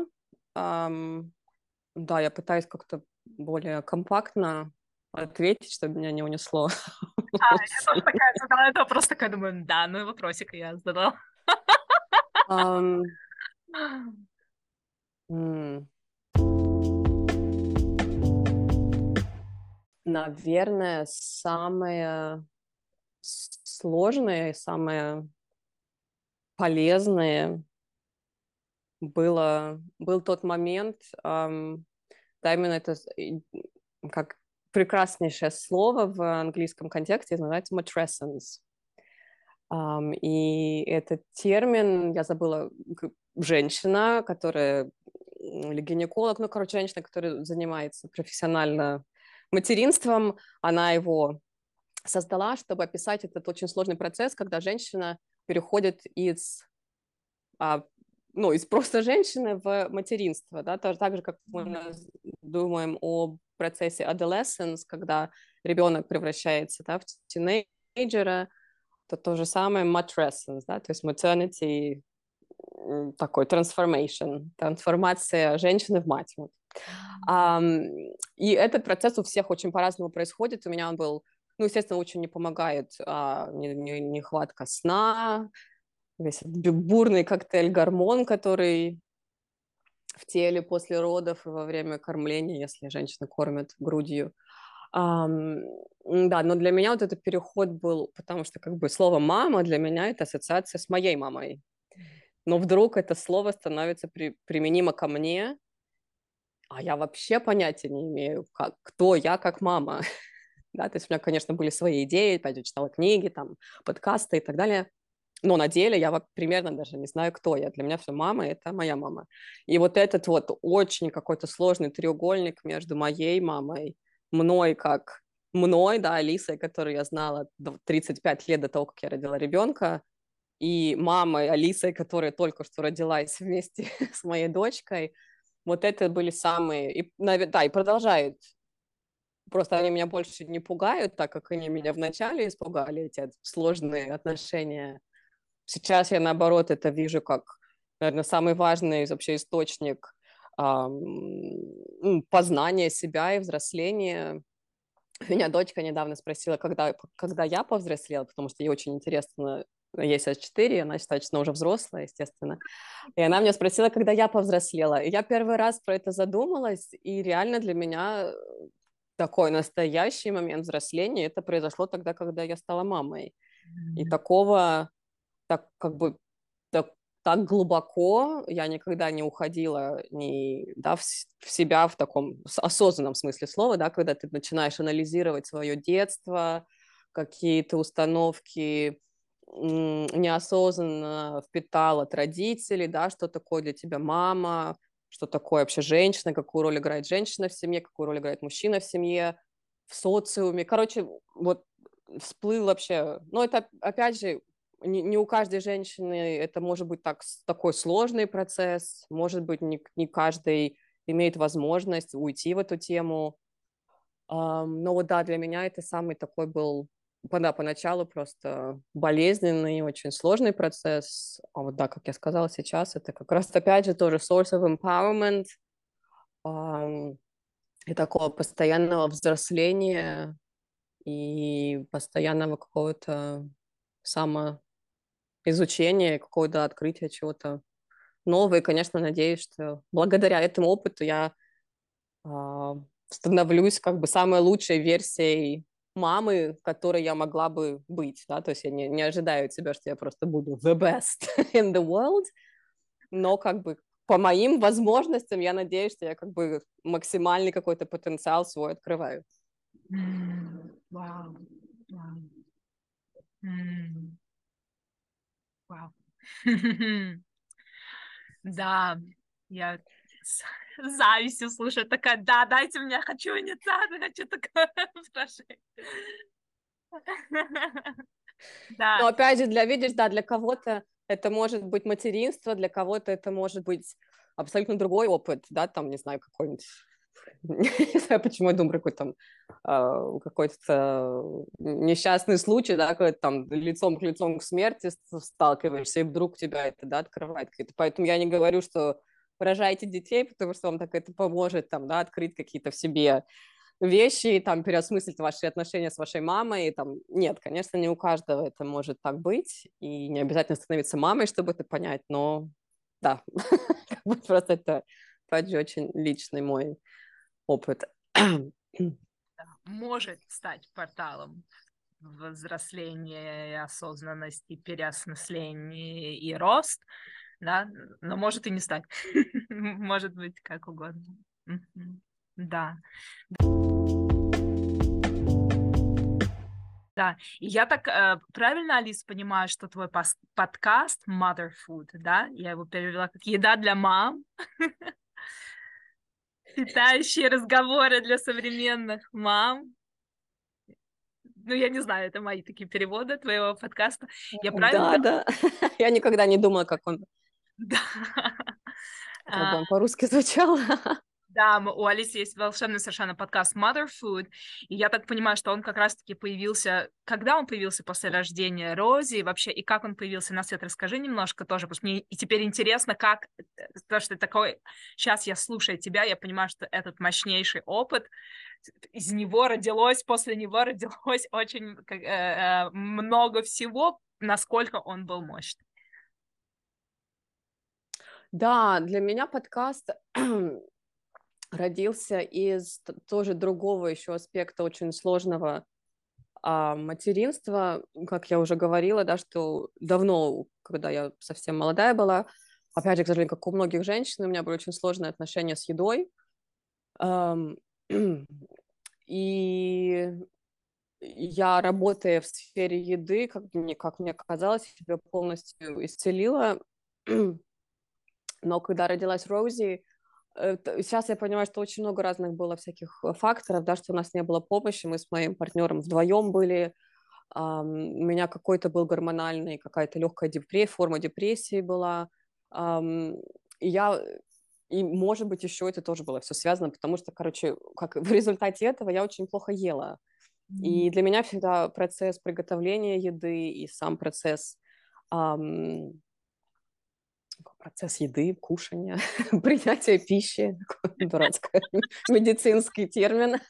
Да, я пытаюсь как-то более компактно ответить, чтобы меня не унесло. Я тоже такая задала этот вопрос, такая думаю, да, ну и вопросик я задала. Ам, м, Наверное, самое сложное и самое полезное был тот момент, да, именно это как прекраснейшее слово в английском контексте, называется matrescence. И этот термин, я забыла, женщина, которая, или гинеколог, ну, короче, женщина, которая занимается профессионально материнством, она его создала, чтобы описать этот очень сложный процесс, когда женщина переходит а, из просто женщины в материнство, да, тоже так же, как мы думаем о процессе adolescence, когда ребенок превращается, да, в тинейджера, то же самое matrescence, да, то есть maternity, такой трансформация женщины в мать. Вот. И этот процесс у всех очень по-разному происходит. У меня он был, ну, естественно, очень не помогает нехватка сна, весь этот бурный коктейль гормон, который в теле после родов и во время кормления, если женщина кормит грудью. Да, но для меня вот этот переход был, потому что как бы слово «мама» для меня это ассоциация с моей мамой. Но вдруг это слово становится применимо ко мне, а я вообще понятия не имею, кто я как мама. Да, то есть у меня, конечно, были свои идеи, опять же, читала книги, там, подкасты и так далее. Но на деле я примерно даже не знаю, кто я. Для меня все мама – это моя мама. И вот этот вот очень какой-то сложный треугольник между моей мамой, мной как мной, да, Алисой, которую я знала 35 лет до того, как я родила ребенка, и мамой Алисой, которая только что родилась вместе с моей дочкой. Вот это были самые... И, да, и продолжают. Просто они меня больше не пугают, так как они меня вначале испугали, эти сложные отношения. Сейчас я, наоборот, это вижу как, наверное, самый важный вообще источник познания себя и взросления. Меня дочка недавно спросила, когда я повзрослела, потому что ей очень интересно, ей сейчас 4, она достаточно уже взрослая, естественно. И она меня спросила, когда я повзрослела. И я первый раз про это задумалась, и реально для меня такой настоящий момент взросления, это произошло тогда, когда я стала мамой. И такого, так как бы, так, так глубоко я никогда не уходила да, в себя в таком осознанном смысле слова, да, когда ты начинаешь анализировать свое детство, какие-то установки неосознанно впитал от родителей, да, что такое для тебя мама, что такое вообще женщина, какую роль играет женщина в семье, какую роль играет мужчина в семье, в социуме. Короче, вот всплыл вообще... Ну, это, опять же, не у каждой женщины это может быть такой сложный процесс, может быть, не каждый имеет возможность уйти в эту тему. Но вот да, для меня это самый такой был, да, поначалу просто болезненный, очень сложный процесс. А вот да, как я сказала сейчас, это как раз опять же тоже source of empowerment и такого постоянного взросления и постоянного какого-то самоизучения, какого-то открытия чего-то нового. И, конечно, надеюсь, что благодаря этому опыту я а, становлюсь как бы самой лучшей версией мамы, которой я могла бы быть, да, то есть я не ожидаю от себя, что я просто буду the best in the world, но как бы по моим возможностям я надеюсь, что я как бы максимальный какой-то потенциал свой открываю. Вау. Вау. Да, я с завистью слушаю, такая, да, дайте мне, хочу инициатор, хочу такое прошить. Но Да, опять же, видишь, да, для кого-то это может быть материнство, для кого-то это может быть абсолютно другой опыт, да, там, не знаю, какой-нибудь, не знаю, почему я думаю, какой-то несчастный случай, да, когда там лицом к смерти сталкиваешься, и вдруг тебя это, да, открывает какие-то. Поэтому я не говорю, что рожайте детей, потому что вам так это поможет, там, да, открыть какие-то в себе вещи, там, переосмыслить ваши отношения с вашей мамой, там, нет, конечно, не у каждого это может так быть, и не обязательно становиться мамой, чтобы это понять, но да, просто это, опять же, очень личный мой опыт. может стать порталом взросления, осознанности, переосмысления и рост, да, но может и не стать. Может быть, как угодно. Да. Да, и я так правильно, Алис, понимаю, что твой подкаст Mother Food, да, я его перевела как «Еда для мам», питающие разговоры для современных мам. Ну, я не знаю, это мои такие переводы твоего подкаста. Я правильно... Да, я никогда не думала, как Да. бы он по-русски звучал. Да, у Алисы есть волшебный совершенно подкаст Mother Food, и я так понимаю, что он как раз-таки появился... Когда он появился после рождения Рози, и вообще, и как он появился на свет, расскажи немножко тоже, потому что мне и теперь интересно, как... То, что ты такой... Сейчас я слушаю тебя, я понимаю, что этот мощнейший опыт, из него родилось, после него родилось очень много всего, насколько он был мощный. Да, для меня подкаст родился из тоже другого еще аспекта очень сложного материнства. Как я уже говорила, да, что давно, когда я совсем молодая была, опять же, к сожалению, как у многих женщин, у меня были очень сложные отношения с едой. И я, работая в сфере еды, как мне казалось, себя полностью исцелила. Но когда родилась Роузи, сейчас я понимаю, что очень много разных было всяких факторов, да, что у нас не было помощи, мы с моим партнером вдвоем были, у меня какой-то был гормональный, какая-то легкая форма депрессии была, и и, может быть, еще это тоже было все связано, потому что, короче, как в результате этого я очень плохо ела. И для меня всегда процесс приготовления еды и сам процесс еды, кушания, принятия пищи, такой дурацкий медицинский термин.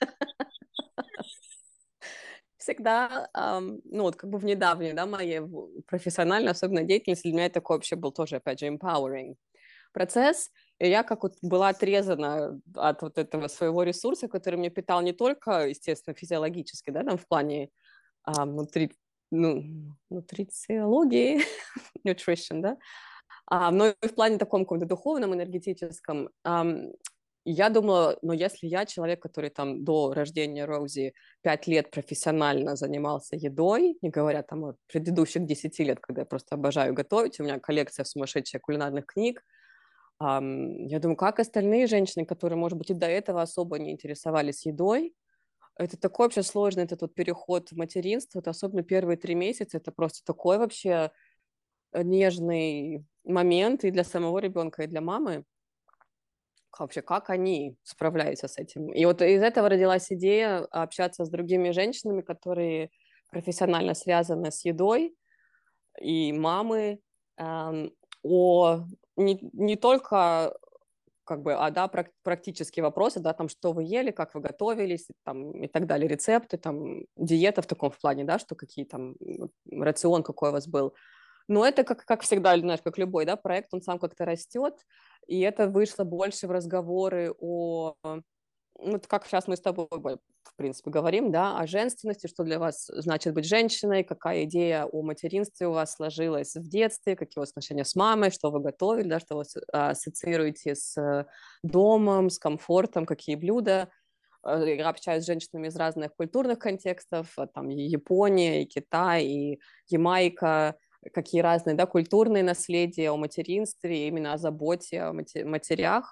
Всегда, ну вот как бы в недавней, да, моей профессиональной, особенно деятельности, для меня это такой вообще был тоже, опять же, empowering процесс. И я как вот была отрезана от вот этого своего ресурса, который мне питал не только, естественно, физиологически, да, там в плане ну, нутрициологии, nutrition, да, но и в плане таком каком-то духовном, энергетическом. Я думала, ну, если я человек, который там до рождения Роузи 5 лет профессионально занимался едой, не говоря там о предыдущих 10 лет, когда я просто обожаю готовить, у меня коллекция сумасшедшая кулинарных книг, я думаю, как остальные женщины, которые, может быть, и до этого особо не интересовались едой, это такой вообще сложный этот вот переход в материнство, это особенно первые 3 месяца, это просто такой вообще нежный момент и для самого ребенка, и для мамы. Вообще, как они справляются с этим? И вот из этого родилась идея общаться с другими женщинами, которые профессионально связаны с едой, и мамы, о не только как бы, да, практические вопросы, да, там, что вы ели, как вы готовились, там, и так далее, рецепты, там, диета в таком в плане, да, что какие там, рацион какой у вас был. Но это как всегда, знаешь, как любой, да, проект, он сам как-то растет, и это вышло больше в разговоры о вот как сейчас мы с тобой, в принципе, говорим, да, о женственности, что для вас значит быть женщиной, какая идея о материнстве у вас сложилась в детстве, какие у вас отношения с мамой, что вы готовили, да, что вы ассоциируете с домом, с комфортом, какие блюда. Я общаюсь с женщинами из разных культурных контекстов, там и Япония, и Китай, и Ямайка, какие разные, да, культурные наследия о материнстве, именно о заботе о матерях.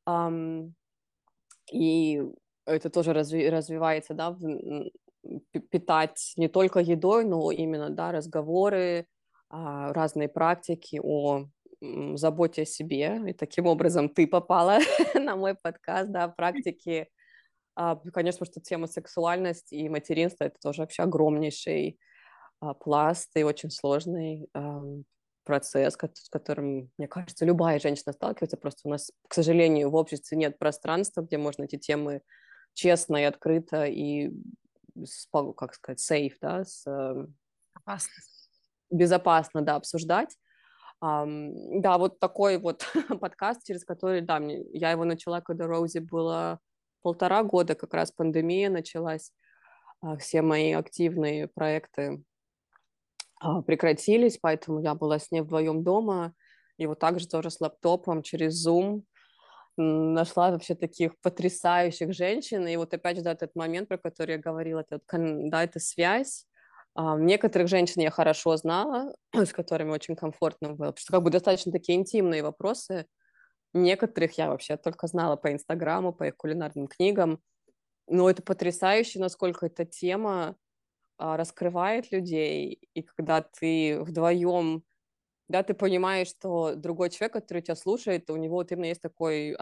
И это тоже развивается, да, питать не только едой, но именно, да, разговоры, разные практики о заботе о себе. И таким образом ты попала на мой подкаст, да, практики. Конечно, что тема сексуальности и материнства — это тоже вообще огромнейший пласт и очень сложный процесс, с которым, мне кажется, любая женщина сталкивается. Просто у нас, к сожалению, в обществе нет пространства, где можно эти темы честно и открыто и, как сказать, safe, да, Опасно. безопасно, да, обсуждать. Да, вот такой вот подкаст, через который, да, я его начала, когда Роузи было 1,5 года, как раз пандемия началась, все мои активные проекты прекратились, поэтому я была с ней вдвоем дома, и вот также тоже с лаптопом через Zoom нашла вообще таких потрясающих женщин, и вот опять же, да, этот момент, про который я говорила, да, эта связь. Некоторых женщин я хорошо знала, с которыми очень комфортно было, потому что как бы достаточно такие интимные вопросы. Некоторых я вообще только знала по Инстаграму, по их кулинарным книгам, но это потрясающе, насколько эта тема раскрывает людей, и когда ты вдвоем, да, ты понимаешь, что другой человек, который тебя слушает, у него вот именно есть такой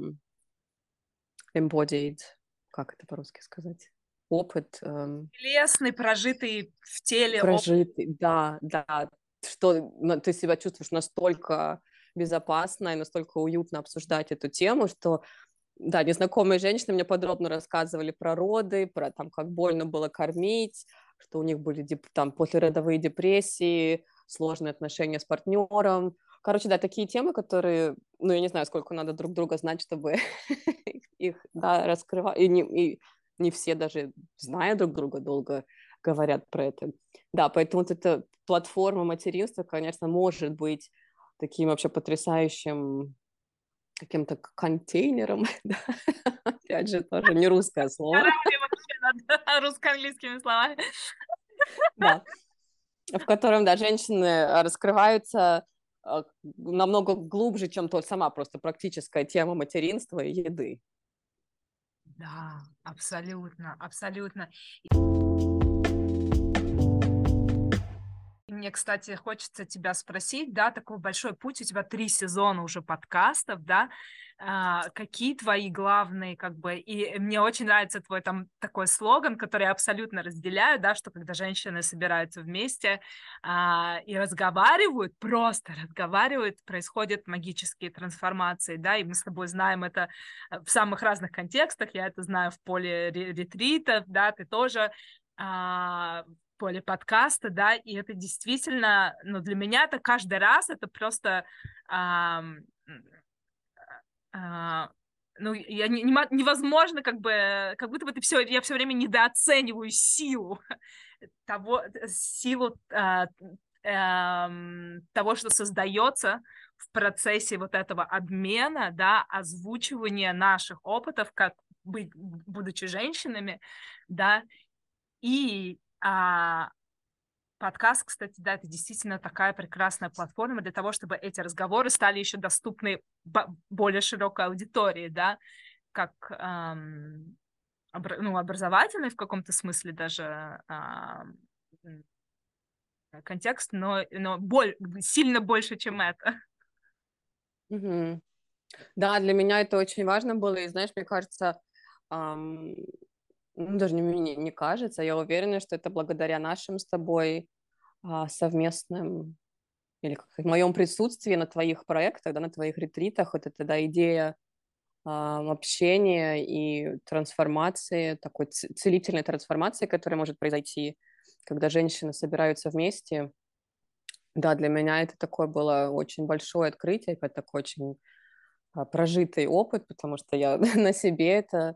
embodied, как это по-русски сказать, опыт, Телесный, прожитый в теле опыт. прожитый, да, да, что ты себя чувствуешь настолько безопасно и настолько уютно обсуждать эту тему, что да, незнакомые женщины мне подробно рассказывали про роды, про там, как больно было кормить, что у них были там послеродовые депрессии, сложные отношения с партнером. Короче, да, такие темы, которые, ну, я не знаю, сколько надо друг друга знать, чтобы их, да, раскрывать. И не все даже, зная друг друга, долго говорят про это. Да, поэтому вот эта платформа материнства, конечно, может быть таким вообще потрясающим каким-то контейнером, да. Опять же, тоже не русское слово, Вообще над русско-английскими словами. да, в котором, да, женщины раскрываются намного глубже, чем то сама просто практическая тема материнства и еды. Да, абсолютно, абсолютно. И мне, кстати, хочется тебя спросить, да, такой большой путь, у тебя 3 сезона уже подкастов, да, какие твои главные, как бы, и мне очень нравится твой там такой слоган, который я абсолютно разделяю, да, что когда женщины собираются вместе и разговаривают, просто разговаривают, происходят магические трансформации, да, и мы с тобой знаем это в самых разных контекстах, я это знаю в поле ретритов, да, ты тоже поле подкаста, да, и это действительно, ну, для меня это каждый раз, это просто ну, невозможно, как будто бы я все время недооцениваю силу того, того, что создается в процессе вот этого обмена, да, озвучивания наших опытов, как будучи женщинами, да, и подкаст, кстати, да, это действительно такая прекрасная платформа для того, чтобы эти разговоры стали еще доступны более широкой аудитории, да, как образовательный в каком-то смысле даже контекст, но сильно больше, чем это. Мгм. Да, для меня это очень важно было, и знаешь, мне кажется, ну, даже не кажется, я уверена, что это благодаря нашим с тобой совместным, или как в моем присутствии на твоих проектах, да, на твоих ретритах, вот эта, да, идея общения и трансформации, такой целительной трансформации, которая может произойти, когда женщины собираются вместе. Да, для меня это такое было очень большое открытие, это такой очень прожитый опыт, потому что я на себе это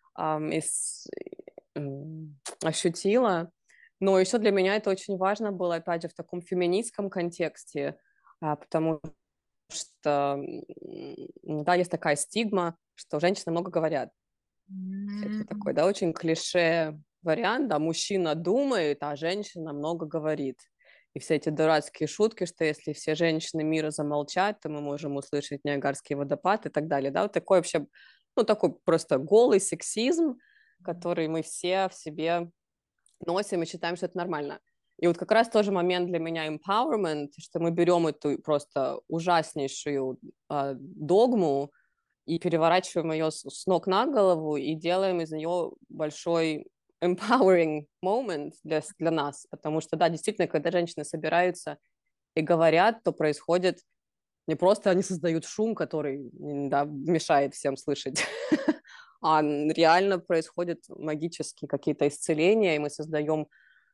ощутила. Но еще для меня это очень важно было, опять же, в таком феминистском контексте, потому что, да, есть такая стигма, что женщины много говорят. Это такой, да, очень клише вариант, да, мужчина думает, а женщина много говорит. И все эти дурацкие шутки, что если все женщины мира замолчат, то мы можем услышать Ниагарский водопад и так далее, да, вот такой вообще, ну, такой просто голый сексизм, который мы все в себе носим и считаем, что это нормально. И вот как раз тоже момент для меня empowerment, что мы берем эту просто ужаснейшую догму и переворачиваем ее с ног на голову и делаем из нее большой empowering moment для нас, потому что, да, действительно, когда женщины собираются и говорят, то происходит не просто они создают шум, который, да, мешает всем слышать, а реально происходят магические какие-то исцеления, и мы создаем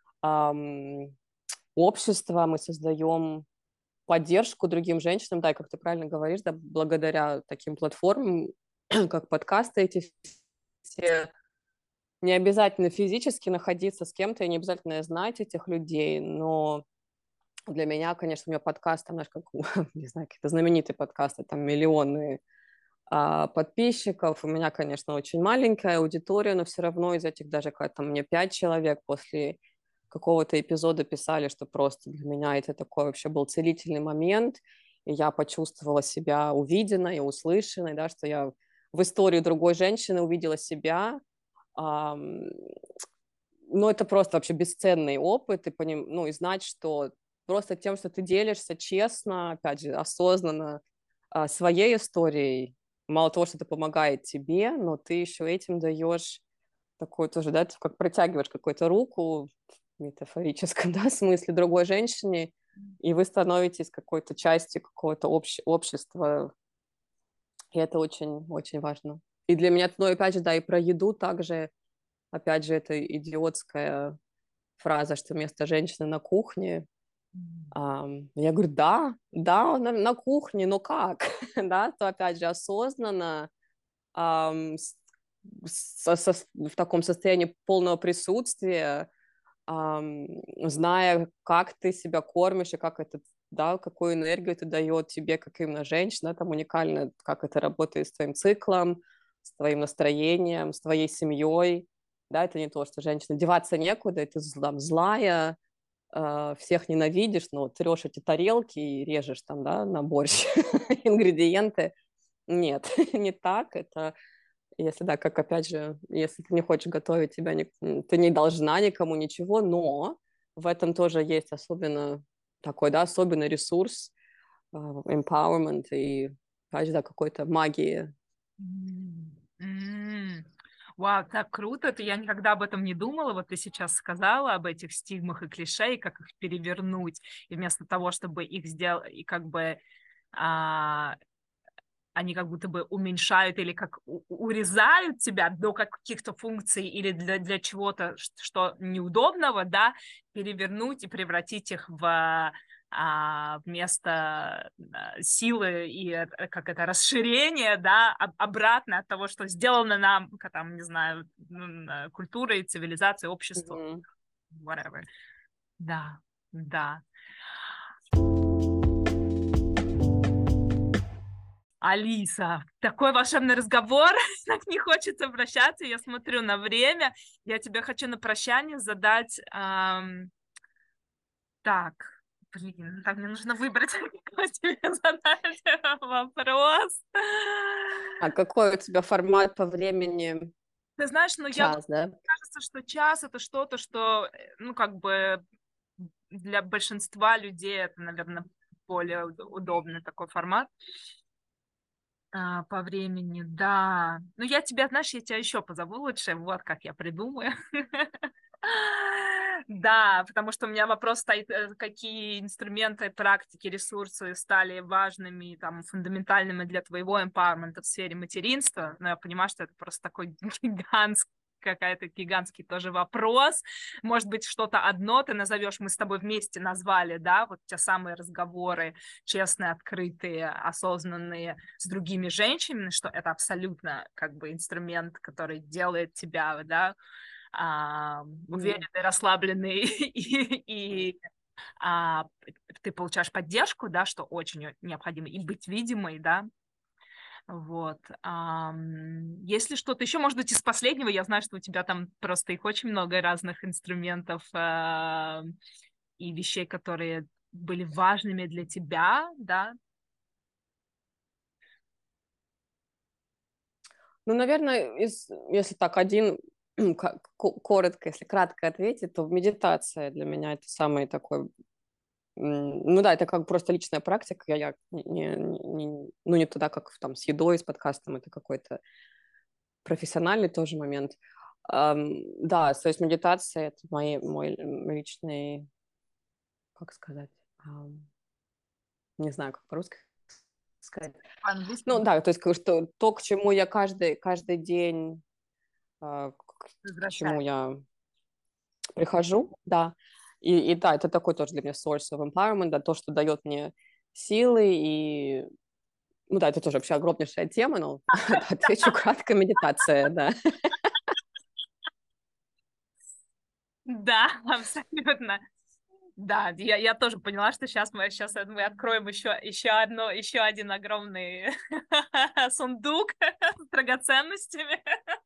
общество, мы создаем поддержку другим женщинам, да, и как ты правильно говоришь, да, благодаря таким платформам, как подкасты эти все, не обязательно физически находиться с кем-то, и не обязательно знать этих людей, но для меня, конечно, у меня подкаст, там, знаешь, как, не знаю, какие-то знаменитые подкасты, там миллионы подписчиков, у меня, конечно, очень маленькая аудитория, но все равно из этих даже, когда там мне 5 человек после какого-то эпизода писали, что просто для меня это такой вообще был целительный момент, и я почувствовала себя увиденной и услышанной, да, что я в истории другой женщины увидела себя, но это просто вообще бесценный опыт, и, ну, и знать, что просто тем, что ты делишься честно, опять же, осознанно своей историей, мало того, что это помогает тебе, но ты еще этим даешь такой тоже, да, ты как протягиваешь какую-то руку в метафорическом, да, смысле другой женщине, и вы становитесь какой-то частью какого-то общества, и это очень-очень важно. И для меня, ну, опять же, да, и про еду также, опять же, это идиотская фраза, что вместо женщины на кухне. Я говорю, да, да, на кухне, но как? Да, то опять же осознанно в таком состоянии полного присутствия, зная, как ты себя кормишь и как это, да, какую энергию это дает тебе, как именно женщина, там уникально, как это работает с твоим циклом, с твоим настроением, с твоей семьей, да, это не то, что женщина деваться некуда, ты там злая, всех ненавидишь, но трешь эти тарелки и режешь там, да, на борщ ингредиенты. Нет, не так, это если, да, как опять же, если ты не хочешь готовить, ты не должна никому ничего, но в этом тоже есть особенно такой, да, особенный ресурс, empowerment и, опять же, да, какой-то магии. Вау, так круто, это я никогда об этом не думала, вот ты сейчас сказала об этих стигмах и клише, и как их перевернуть, и вместо того, чтобы их сделать, и как бы они как будто бы уменьшают или как урезают тебя до каких-то функций или для чего-то, что неудобного, да, перевернуть и превратить их в вместо силы и как это расширение, да, обратно от того, что сделано нам, там, не знаю, культурой, цивилизацией, обществом, Мгм. whatever. Да, да. Алиса, такой волшебный разговор, так не хочется прощаться, я смотрю на время, я тебе хочу на прощание задать, так, блин, так мне нужно выбрать, какой тебе задать вопрос. А какой у тебя формат по времени? Ты знаешь, ну я Час, да? кажется, что час это что-то, что, ну как бы для большинства людей это, наверное, более удобный такой формат. По времени, да. Ну, я тебя, знаешь, я тебя еще позову лучше, вот как я придумаю. Да, потому что у меня вопрос стоит, какие инструменты, практики, ресурсы стали важными, там, фундаментальными для твоего эмпауэрмента в сфере материнства. Но я понимаю, что это просто такой какая-то гигантский тоже вопрос. Может быть, что-то одно ты назовешь, мы с тобой вместе назвали, да, вот те самые разговоры честные, открытые, осознанные с другими женщинами, что это абсолютно как бы инструмент, который делает тебя, да, уверенный, расслабленный, и ты получаешь поддержку, да, что очень необходимо, и быть видимой, да. Вот. Если что-то еще, может быть, из последнего, я знаю, что у тебя там просто их очень много разных инструментов и вещей, которые были важными для тебя, да. Ну, наверное, если так один, коротко, если кратко ответить, то медитация для меня это самый такой, ну да, это как просто личная практика, я ну не туда, как там с едой, с подкастом, это какой-то профессиональный тоже момент. Да, то есть медитация это мой личный, как сказать, не знаю, как по-русски сказать. По-английски Ну да, то есть что, то, к чему я каждый день, к чему возвращается. я прихожу, да. И да, это такой тоже для меня source of empowerment, да, то, что дает мне силы и ну да, это тоже вообще огромнейшая тема, но отвечу кратко, медитация, да. Да, абсолютно. Да, я тоже поняла, что сейчас мы откроем еще один огромный сундук с драгоценностями.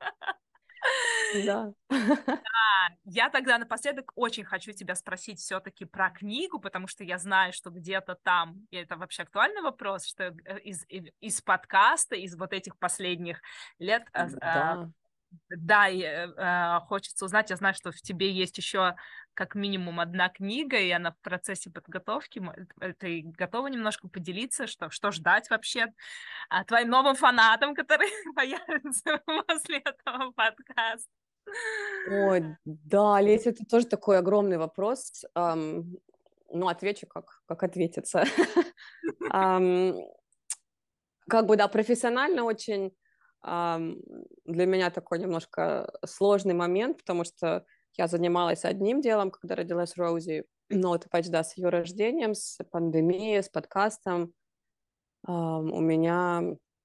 Да. Я тогда напоследок очень хочу тебя спросить все-таки про книгу, потому что я знаю, что где-то там, и это вообще актуальный вопрос, что из подкаста, из вот этих последних лет, Да. да, и, хочется узнать, я знаю, что в тебе есть еще как минимум одна книга, и она в процессе подготовки. Ты готова немножко поделиться, что ждать вообще твоим новым фанатам, которые появятся после этого подкаста? Ой, да, Леся, это тоже такой огромный вопрос. Ну, отвечу, как ответится. Ам, Как бы, да, профессионально очень для меня такой немножко сложный момент, потому что я занималась одним делом, когда родилась Роузи, но вот опять же, да, с ее рождением, с пандемией, с подкастом у меня,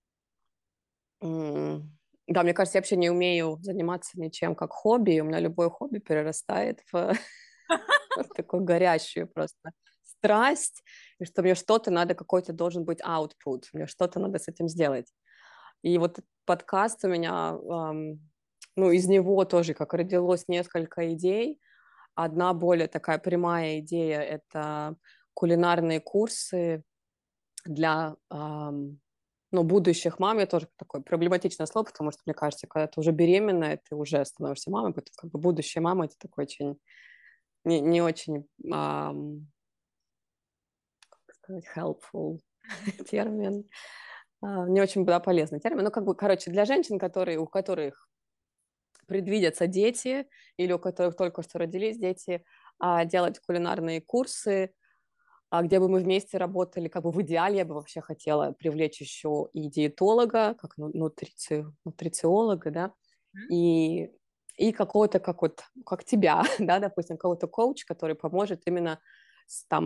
да, мне кажется, я вообще не умею заниматься ничем как хобби, и у меня любое хобби перерастает в такую горящую просто страсть, и что мне что-то надо, какой-то должен быть output, мне что-то надо с этим сделать. И вот подкаст у меня, ну, из него тоже как родилось несколько идей. Одна более такая прямая идея – это кулинарные курсы для, ну, будущих мам. Я тоже такое проблематичное слово, потому что, мне кажется, когда ты уже беременная, ты уже становишься мамой, поэтому как бы будущая мама – это такой очень, не очень, как сказать, helpful термин. Не очень да, полезный термин. Ну, как бы, короче, для женщин, у которых предвидятся дети или у которых только что родились дети, делать кулинарные курсы, где бы мы вместе работали, как бы в идеале я бы вообще хотела привлечь еще и диетолога, как нутрициолога, да, и, и какого-то, как тебя, да, допустим, какого-то коуч, который поможет именно там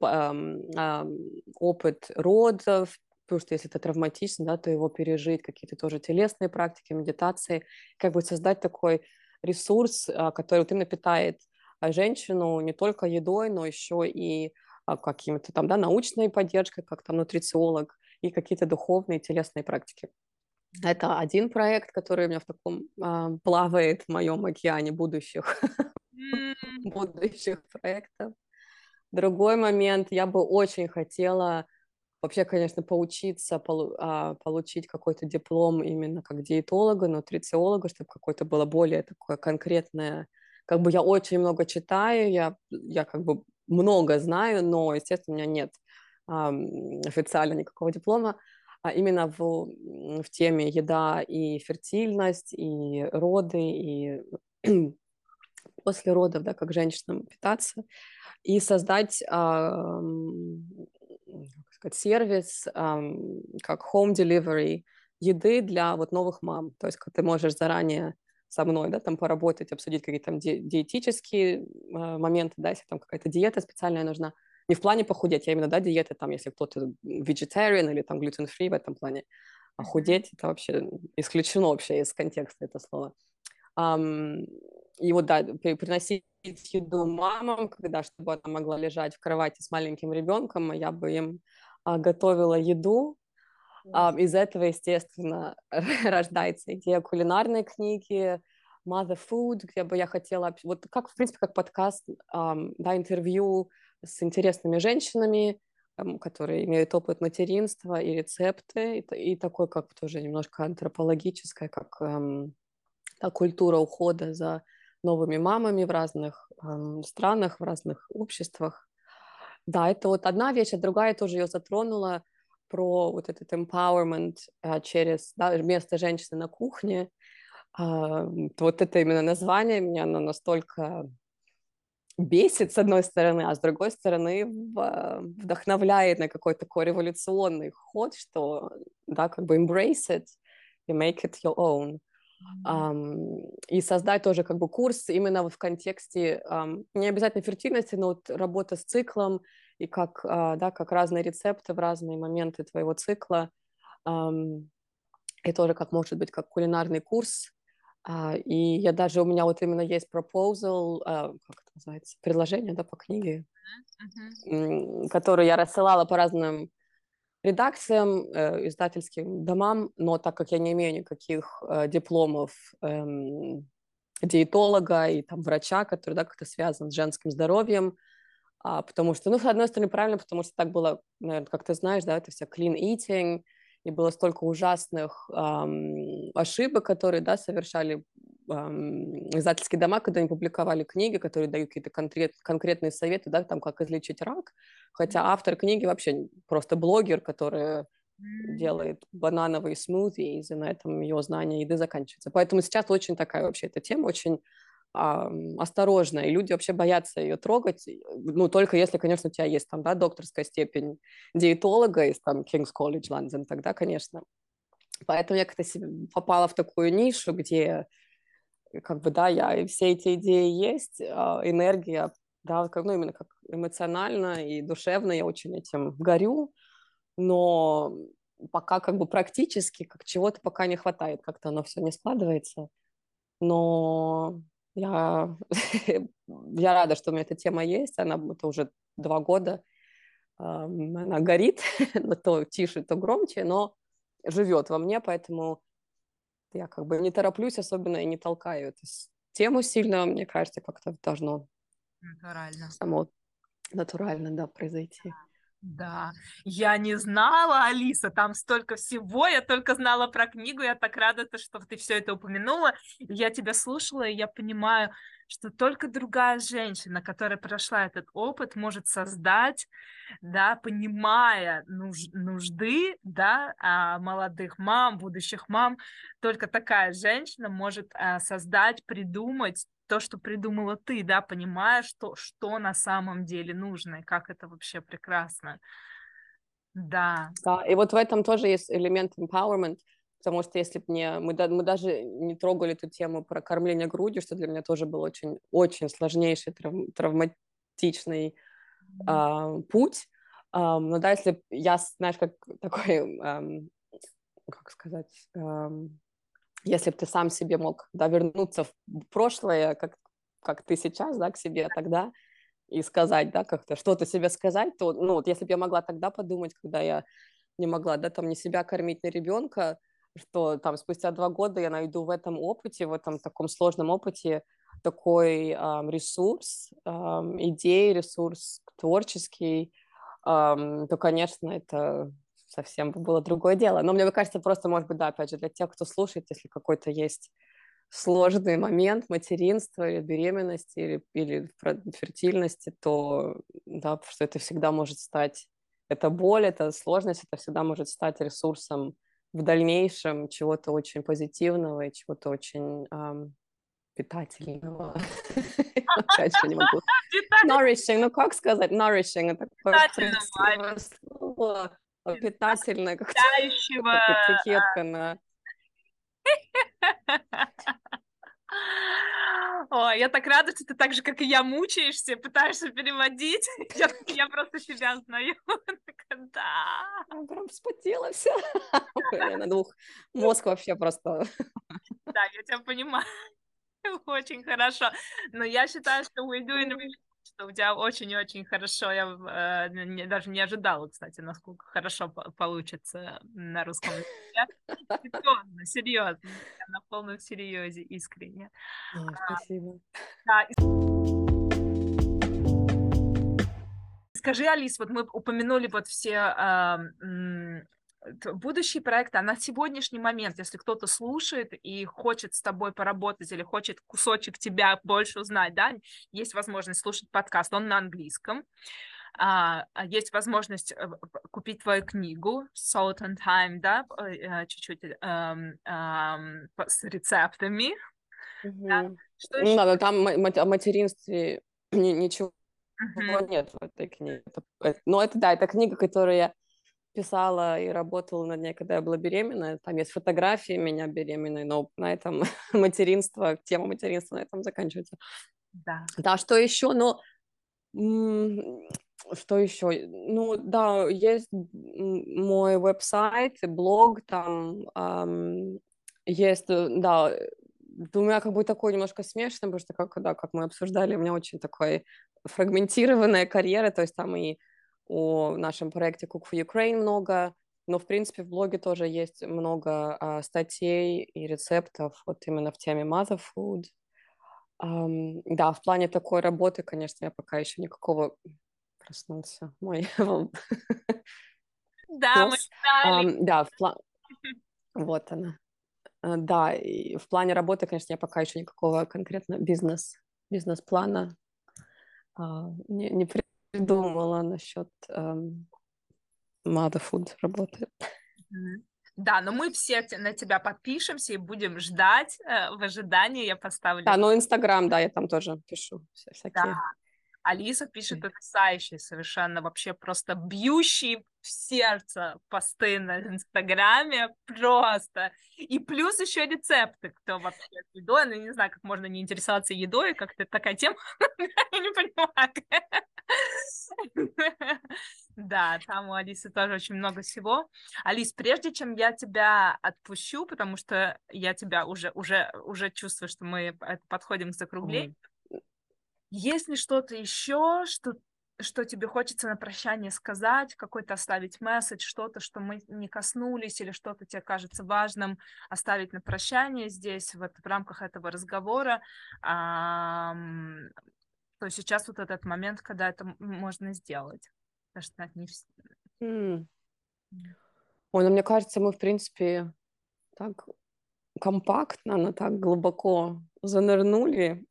опыт родов, потому что если это травматично, да, то его пережить, какие-то тоже телесные практики, медитации, как бы создать такой ресурс, который вот именно питает женщину не только едой, но еще и какими-то там, да, научной поддержкой, как там нутрициолог, и какие-то духовные телесные практики. Это один проект, который у меня в таком плавает в моем океане будущих проектов. Другой момент, я бы очень хотела вообще, конечно, поучиться, получить какой-то диплом именно как диетолога, нутрициолога, чтобы какое-то было более такое конкретное. Как бы я очень много читаю, я как бы много знаю, но, естественно, у меня нет официально никакого диплома. А именно в теме еда и фертильность, и роды, и после родов, да, как женщинам питаться, и создать как сказать, сервис, как home delivery еды для вот новых мам. То есть как ты можешь заранее со мной, да, там поработать, обсудить какие-то там диетические моменты, да, если там какая-то диета специальная нужна. Не в плане похудеть, а именно, да, диета, там, если кто-то vegetarian или там gluten-free в этом плане. А худеть это вообще исключено вообще из контекста это слово. И вот, да, приносить еду мамам, когда, чтобы она могла лежать в кровати с маленьким ребенком, я бы им готовила еду. Из этого, естественно, рождается идея кулинарной книги, Mother Food, где бы я хотела, вот как, в принципе, как подкаст, да, интервью с интересными женщинами, которые имеют опыт материнства и рецепты, и такой, как тоже немножко антропологическое, как культура ухода за новыми мамами в разных странах, в разных обществах. Да, это вот одна вещь, а другая тоже ее затронула про вот этот empowerment через, да, место женщины на кухне. Вот это именно название меня оно настолько бесит, с одной стороны, а с другой стороны вдохновляет на какой-то такой революционный ход, что, да, как бы embrace it и make it your own. И создать тоже как бы курс именно вот в контексте не обязательно фертильности, но вот работа с циклом и как, да, как разные рецепты в разные моменты твоего цикла. И тоже как может быть как кулинарный курс. И я даже, у меня вот именно есть proposal, как это называется, предложение, да, по книге, которое я рассылала по разным редакциям, издательским домам, но так как я не имею никаких дипломов диетолога и там врача, который, да, как-то связан с женским здоровьем, потому что, ну, с одной стороны, правильно, потому что так было, наверное, как ты знаешь, да, это вся clean eating, и было столько ужасных ошибок, которые, да, совершали издательские дома, когда они публиковали книги, которые дают какие-то конкретные советы, да, там, как излечить рак, хотя автор книги вообще просто блогер, который делает банановые смузи, и на этом ее знание еды заканчивается. Поэтому сейчас очень такая вообще эта тема, очень осторожная, и люди вообще боятся ее трогать, ну, только если, конечно, у тебя есть там, да, докторская степень диетолога из там King's College London, тогда, конечно. Поэтому я как-то попала в такую нишу, где как бы, да, и все эти идеи есть, энергия, да, как, ну, именно как эмоционально и душевно я очень этим горю, но пока как бы практически как чего-то пока не хватает, как-то оно все не складывается, но я, я рада, что у меня эта тема есть, она это уже 2 года, она горит, то тише, то громче, но живет во мне, поэтому я как бы не тороплюсь особенно и не толкаю эту тему сильно, мне кажется, как-то должно Натурально. само натурально, да, произойти. Да, я не знала, Алиса, там столько всего, я только знала про книгу, я так рада, что ты все это упомянула, я тебя слушала, и я понимаю, что только другая женщина, которая прошла этот опыт, может создать, да, понимая нужды, да, молодых мам, будущих мам, только такая женщина может создать, придумать то, что придумала ты, да, понимая, что на самом деле нужно, и как это вообще прекрасно. Да. Да, и вот в этом тоже есть элемент empowerment, потому что если бы мы даже не трогали эту тему про кормление грудью, что для меня тоже был очень, очень сложнейший, травматичный путь. Но да, если я, знаешь, как такой, как сказать, если бы ты сам себе мог, да, вернуться в прошлое, как ты сейчас, да, к себе тогда, и сказать, да, как-то что-то себе сказать, то, ну, вот если бы я могла тогда подумать, когда я не могла, да, там, не себя кормить, ни ребенка, что там спустя 2 года я найду в этом опыте, в этом таком сложном опыте такой ресурс, идеи, ресурс творческий, то, конечно, это совсем было другое дело. Но мне кажется, просто, может быть, да, опять же, для тех, кто слушает, если какой-то есть сложный момент материнства или беременности, или фертильности, то, да, что это всегда может стать, эта боль, эта сложность, это всегда может стать ресурсом в дальнейшем чего-то очень позитивного и чего-то очень питательного. Опять же, не могу. Nourishing, ну как сказать? Nourishing, это такое красивое слово. Питательное, как Питающего. этикетка на... Ой, я так рада, что ты так же, как и я, мучаешься, пытаешься переводить. Я просто себя знаю. Да. Я прям вспотела вся. На двух. Мозг вообще просто... Да, я тебя понимаю. Очень хорошо. Но я считаю, что we're doing really good, что у тебя очень-очень хорошо. Я даже не ожидала, кстати, насколько хорошо получится на русском языке. Серьезно, серьезно. Я на полном серьезе, искренне. Спасибо. Да. Скажи, Алис, вот мы упомянули вот все будущие проекты, а на сегодняшний момент, если кто-то слушает и хочет с тобой поработать или хочет кусочек тебя больше узнать, да, есть возможность слушать подкаст, он на английском, есть возможность купить твою книгу Salt and Time, да, чуть-чуть с рецептами. Да. Что еще? Да, но там о материнстве ничего нет в этой книге. Но это, да, это книга, которую я писала и работала над ней, когда я была беременная. Там есть фотографии меня беременной, но на этом тема материнства на этом заканчивается. Да. Да, что еще? Ну, что еще? Ну, да, есть мой веб-сайт, блог, там есть, да, у меня как бы такой немножко смешанный, потому что, как мы обсуждали, у меня очень такой фрагментированная карьера, то есть там и о нашем проекте Cook for Ukraine много, но, в принципе, в блоге тоже есть много статей и рецептов вот именно в теме mother food. Да, в плане такой работы, конечно, я пока еще никакого... Проснулся мой Да, мы пес. знали. Да, вот она. Да, и в плане работы, конечно, я пока еще никакого конкретно бизнес-плана не придумала насчет mother food работы. Да, но мы все на тебя подпишемся и будем ждать в ожидании. Я поставлю. Да, но Инстаграм, да, я там тоже пишу всякие. Да. Алиса пишет потрясающие, совершенно вообще просто бьющие в сердце посты на Инстаграме, просто. И плюс еще рецепты, кто вообще с едой, ну, не знаю, как можно не интересоваться едой, как-то такая тема, я не понимаю. Да, там у Алисы тоже очень много всего. Алис, прежде чем я тебя отпущу, потому что я тебя уже чувствую, что мы подходим к закруглению, есть ли что-то еще, что тебе хочется на прощание сказать, какой-то оставить месседж, что-то, что мы не коснулись, или что-то тебе кажется важным оставить на прощание здесь, в рамках этого разговора, то сейчас вот этот момент, когда это можно сделать. Потому что не... Ой, ну мне кажется, мы, в принципе, так компактно, но так глубоко занырнули,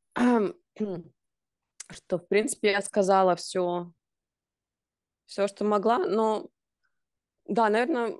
что, в принципе, я сказала все, что могла, но да, наверное,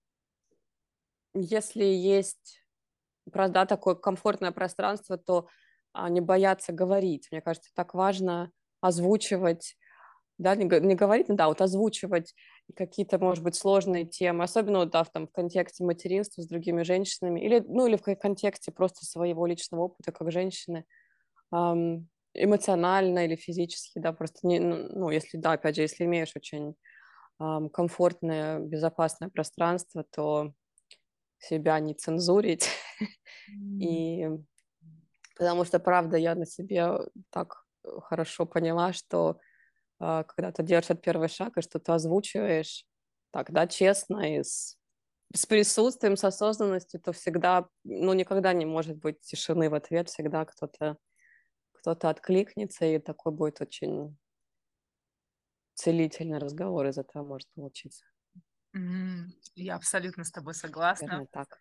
если есть, да, такое комфортное пространство, то не бояться говорить. Мне кажется, так важно озвучивать, да, не говорить, да, вот озвучивать какие-то, может быть, сложные темы, особенно вот, да, в контексте материнства с другими женщинами, или в контексте просто своего личного опыта как женщины. эмоционально или физически, да, просто не, ну, если, да, опять же, если имеешь очень комфортное, безопасное пространство, то себя не цензурить. И потому что, правда, я на себе так хорошо поняла, что когда ты делаешь этот первый шаг и что ты озвучиваешь так, да, честно и с присутствием, с осознанностью, то всегда, ну, никогда не может быть тишины в ответ, всегда кто-то откликнется, и такой будет очень целительный разговор из этого может получиться. Я абсолютно с тобой согласна. Наверное, так.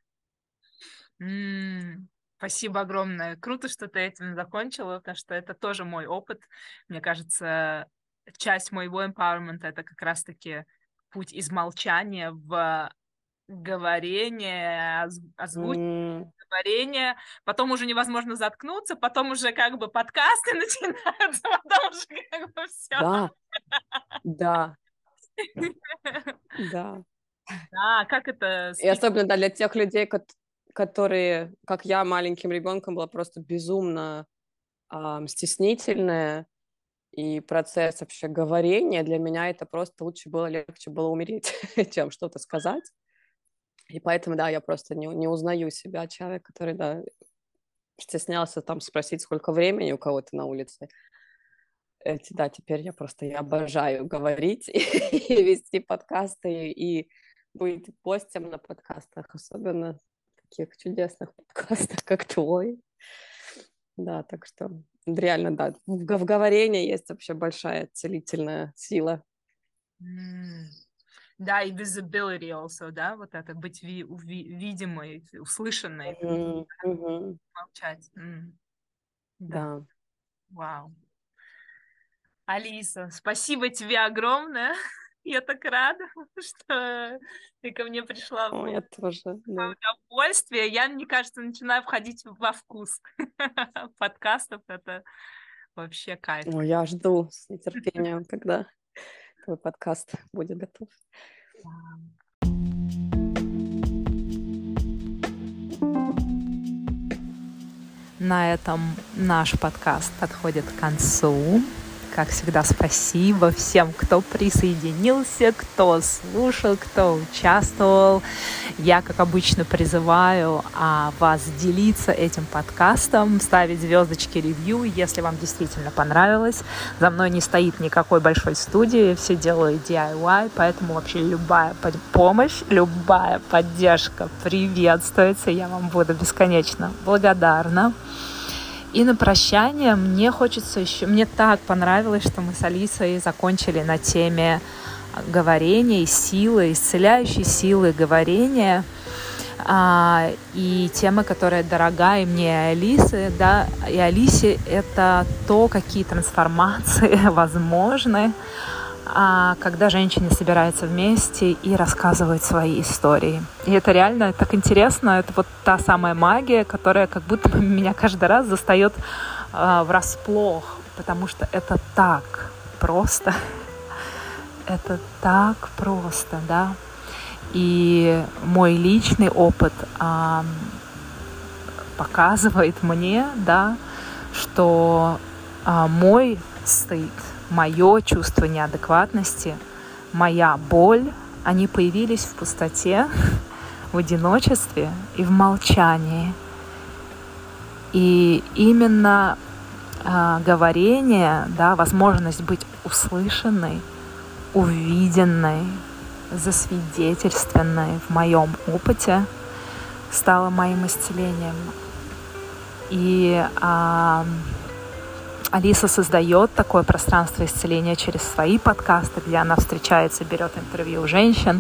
Спасибо огромное. Круто, что ты этим закончила, потому что это тоже мой опыт. Мне кажется, часть моего empowerment — это как раз-таки путь из молчания в говорение, озвучивание, говорение. Потом уже невозможно заткнуться, потом уже как бы подкасты начинаются, потом уже как бы все. Да, да, да. Да, как это... И особенно, да, для тех людей, которые, как я, маленьким ребенком была просто безумно стеснительная, и процесс вообще говорения для меня это просто легче было умереть, чем что-то сказать. И поэтому, да, я просто не узнаю себя, человек, который, да, стеснялся там спросить, сколько времени у кого-то на улице. Да, теперь я обожаю говорить и вести подкасты, и быть гостем на подкастах, особенно таких чудесных подкастах, как твой. Да, так что реально, да, в говорении есть вообще большая целительная сила. Да, и visibility also, да, вот это быть видимой, услышанной, молчать. Да. Вау. Алиса, спасибо тебе огромное. Я так рада, что ты ко мне пришла. О, я тоже, да. Удовольствие. Я, мне кажется, начинаю входить во вкус подкастов. Это вообще кайф. О, я жду с нетерпением, когда твой подкаст будет готов. На этом наш подкаст подходит к концу. Как всегда, спасибо всем, кто присоединился, кто слушал, кто участвовал. Я, как обычно, призываю вас делиться этим подкастом, ставить звездочки, ревью, если вам действительно понравилось. За мной не стоит никакой большой студии, все делаю DIY, поэтому вообще любая помощь, любая поддержка приветствуется. Я вам буду бесконечно благодарна. И на прощание мне хочется еще... Мне так понравилось, что мы с Алисой закончили на теме говорения, силы, исцеляющей силы говорения. И тема, которая дорога и мне, и Алисе, да, и Алисе, это то, какие трансформации возможны, когда женщины собираются вместе и рассказывают свои истории. И это реально так интересно. Это вот та самая магия, которая как будто бы меня каждый раз застает врасплох, потому что это так просто. Это так просто, да. И мой личный опыт показывает мне, да, что мой стыд, мое чувство неадекватности, моя боль, они появились в пустоте, в одиночестве и в молчании. И именно говорение, да, возможность быть услышанной, увиденной, засвидетельственной в моем опыте стало моим исцелением. И Алиса создает такое пространство исцеления через свои подкасты, где она встречается, берет интервью у женщин.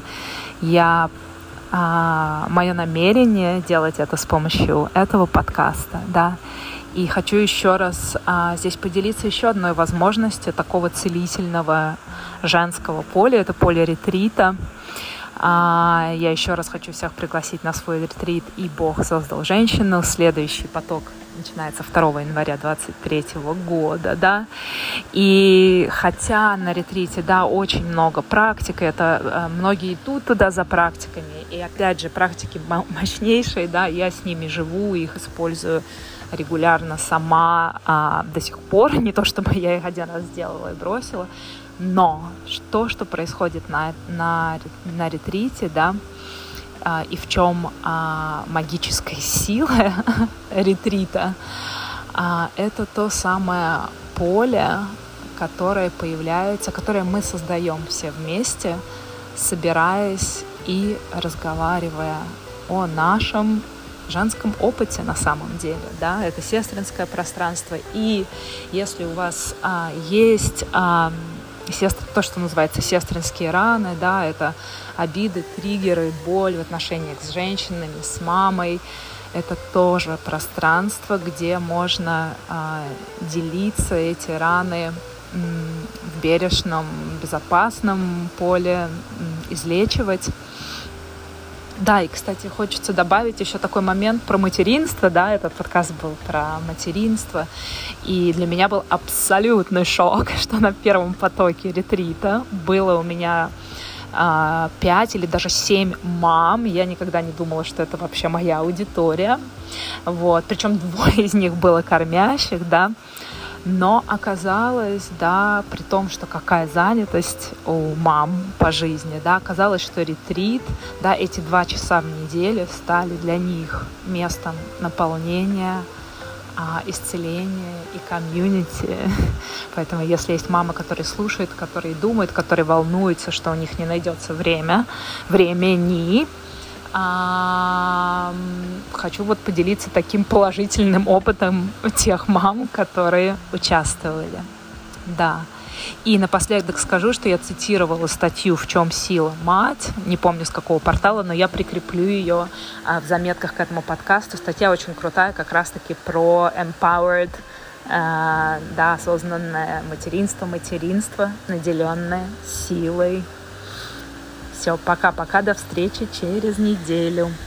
Мое намерение делать это с помощью этого подкаста, да. И хочу еще раз здесь поделиться еще одной возможностью такого целительного женского поля. Это поле ретрита. Я еще раз хочу всех пригласить на свой ретрит «И Бог создал женщину». Следующий поток начинается 2 января 2023 года, да. И хотя на ретрите, да, очень много практик, это многие идут туда за практиками, и опять же, практики мощнейшие, да, я с ними живу, их использую регулярно сама до сих пор. Не то чтобы я их один раз сделала и бросила, но что происходит на ретрите, да, и в чем магическая сила ретрита, это то самое поле, которое появляется, которое мы создаем все вместе, собираясь и разговаривая о нашем женском опыте на самом деле, да, это сестринское пространство. И если у вас есть то, что называется сестринские раны, да, это обиды, триггеры, боль в отношениях с женщинами, с мамой, это тоже пространство, где можно делиться эти раны в бережном, безопасном поле, излечивать. Да, и, кстати, хочется добавить еще такой момент про материнство, да, этот подкаст был про материнство, и для меня был абсолютный шок, что на первом потоке ретрита было у меня 5 или даже 7 мам. Я никогда не думала, что это вообще моя аудитория. Вот. Причем 2 из них было кормящих, да. Но оказалось, да, при том, что какая занятость у мам по жизни, да, оказалось, что ретрит, да, эти 2 часа в неделю стали для них местом наполнения, исцеления и комьюнити. Поэтому если есть мамы, которые слушают, которые думают, которые волнуются, что у них не найдется времени, хочу вот поделиться таким положительным опытом тех мам, которые участвовали. Да. И напоследок скажу, что я цитировала статью «В чем сила мать», не помню с какого портала, но я прикреплю ее в заметках к этому подкасту. Статья очень крутая, как раз-таки про empowered, да, осознанное материнство, наделенное силой. Все, пока-пока, до встречи через неделю.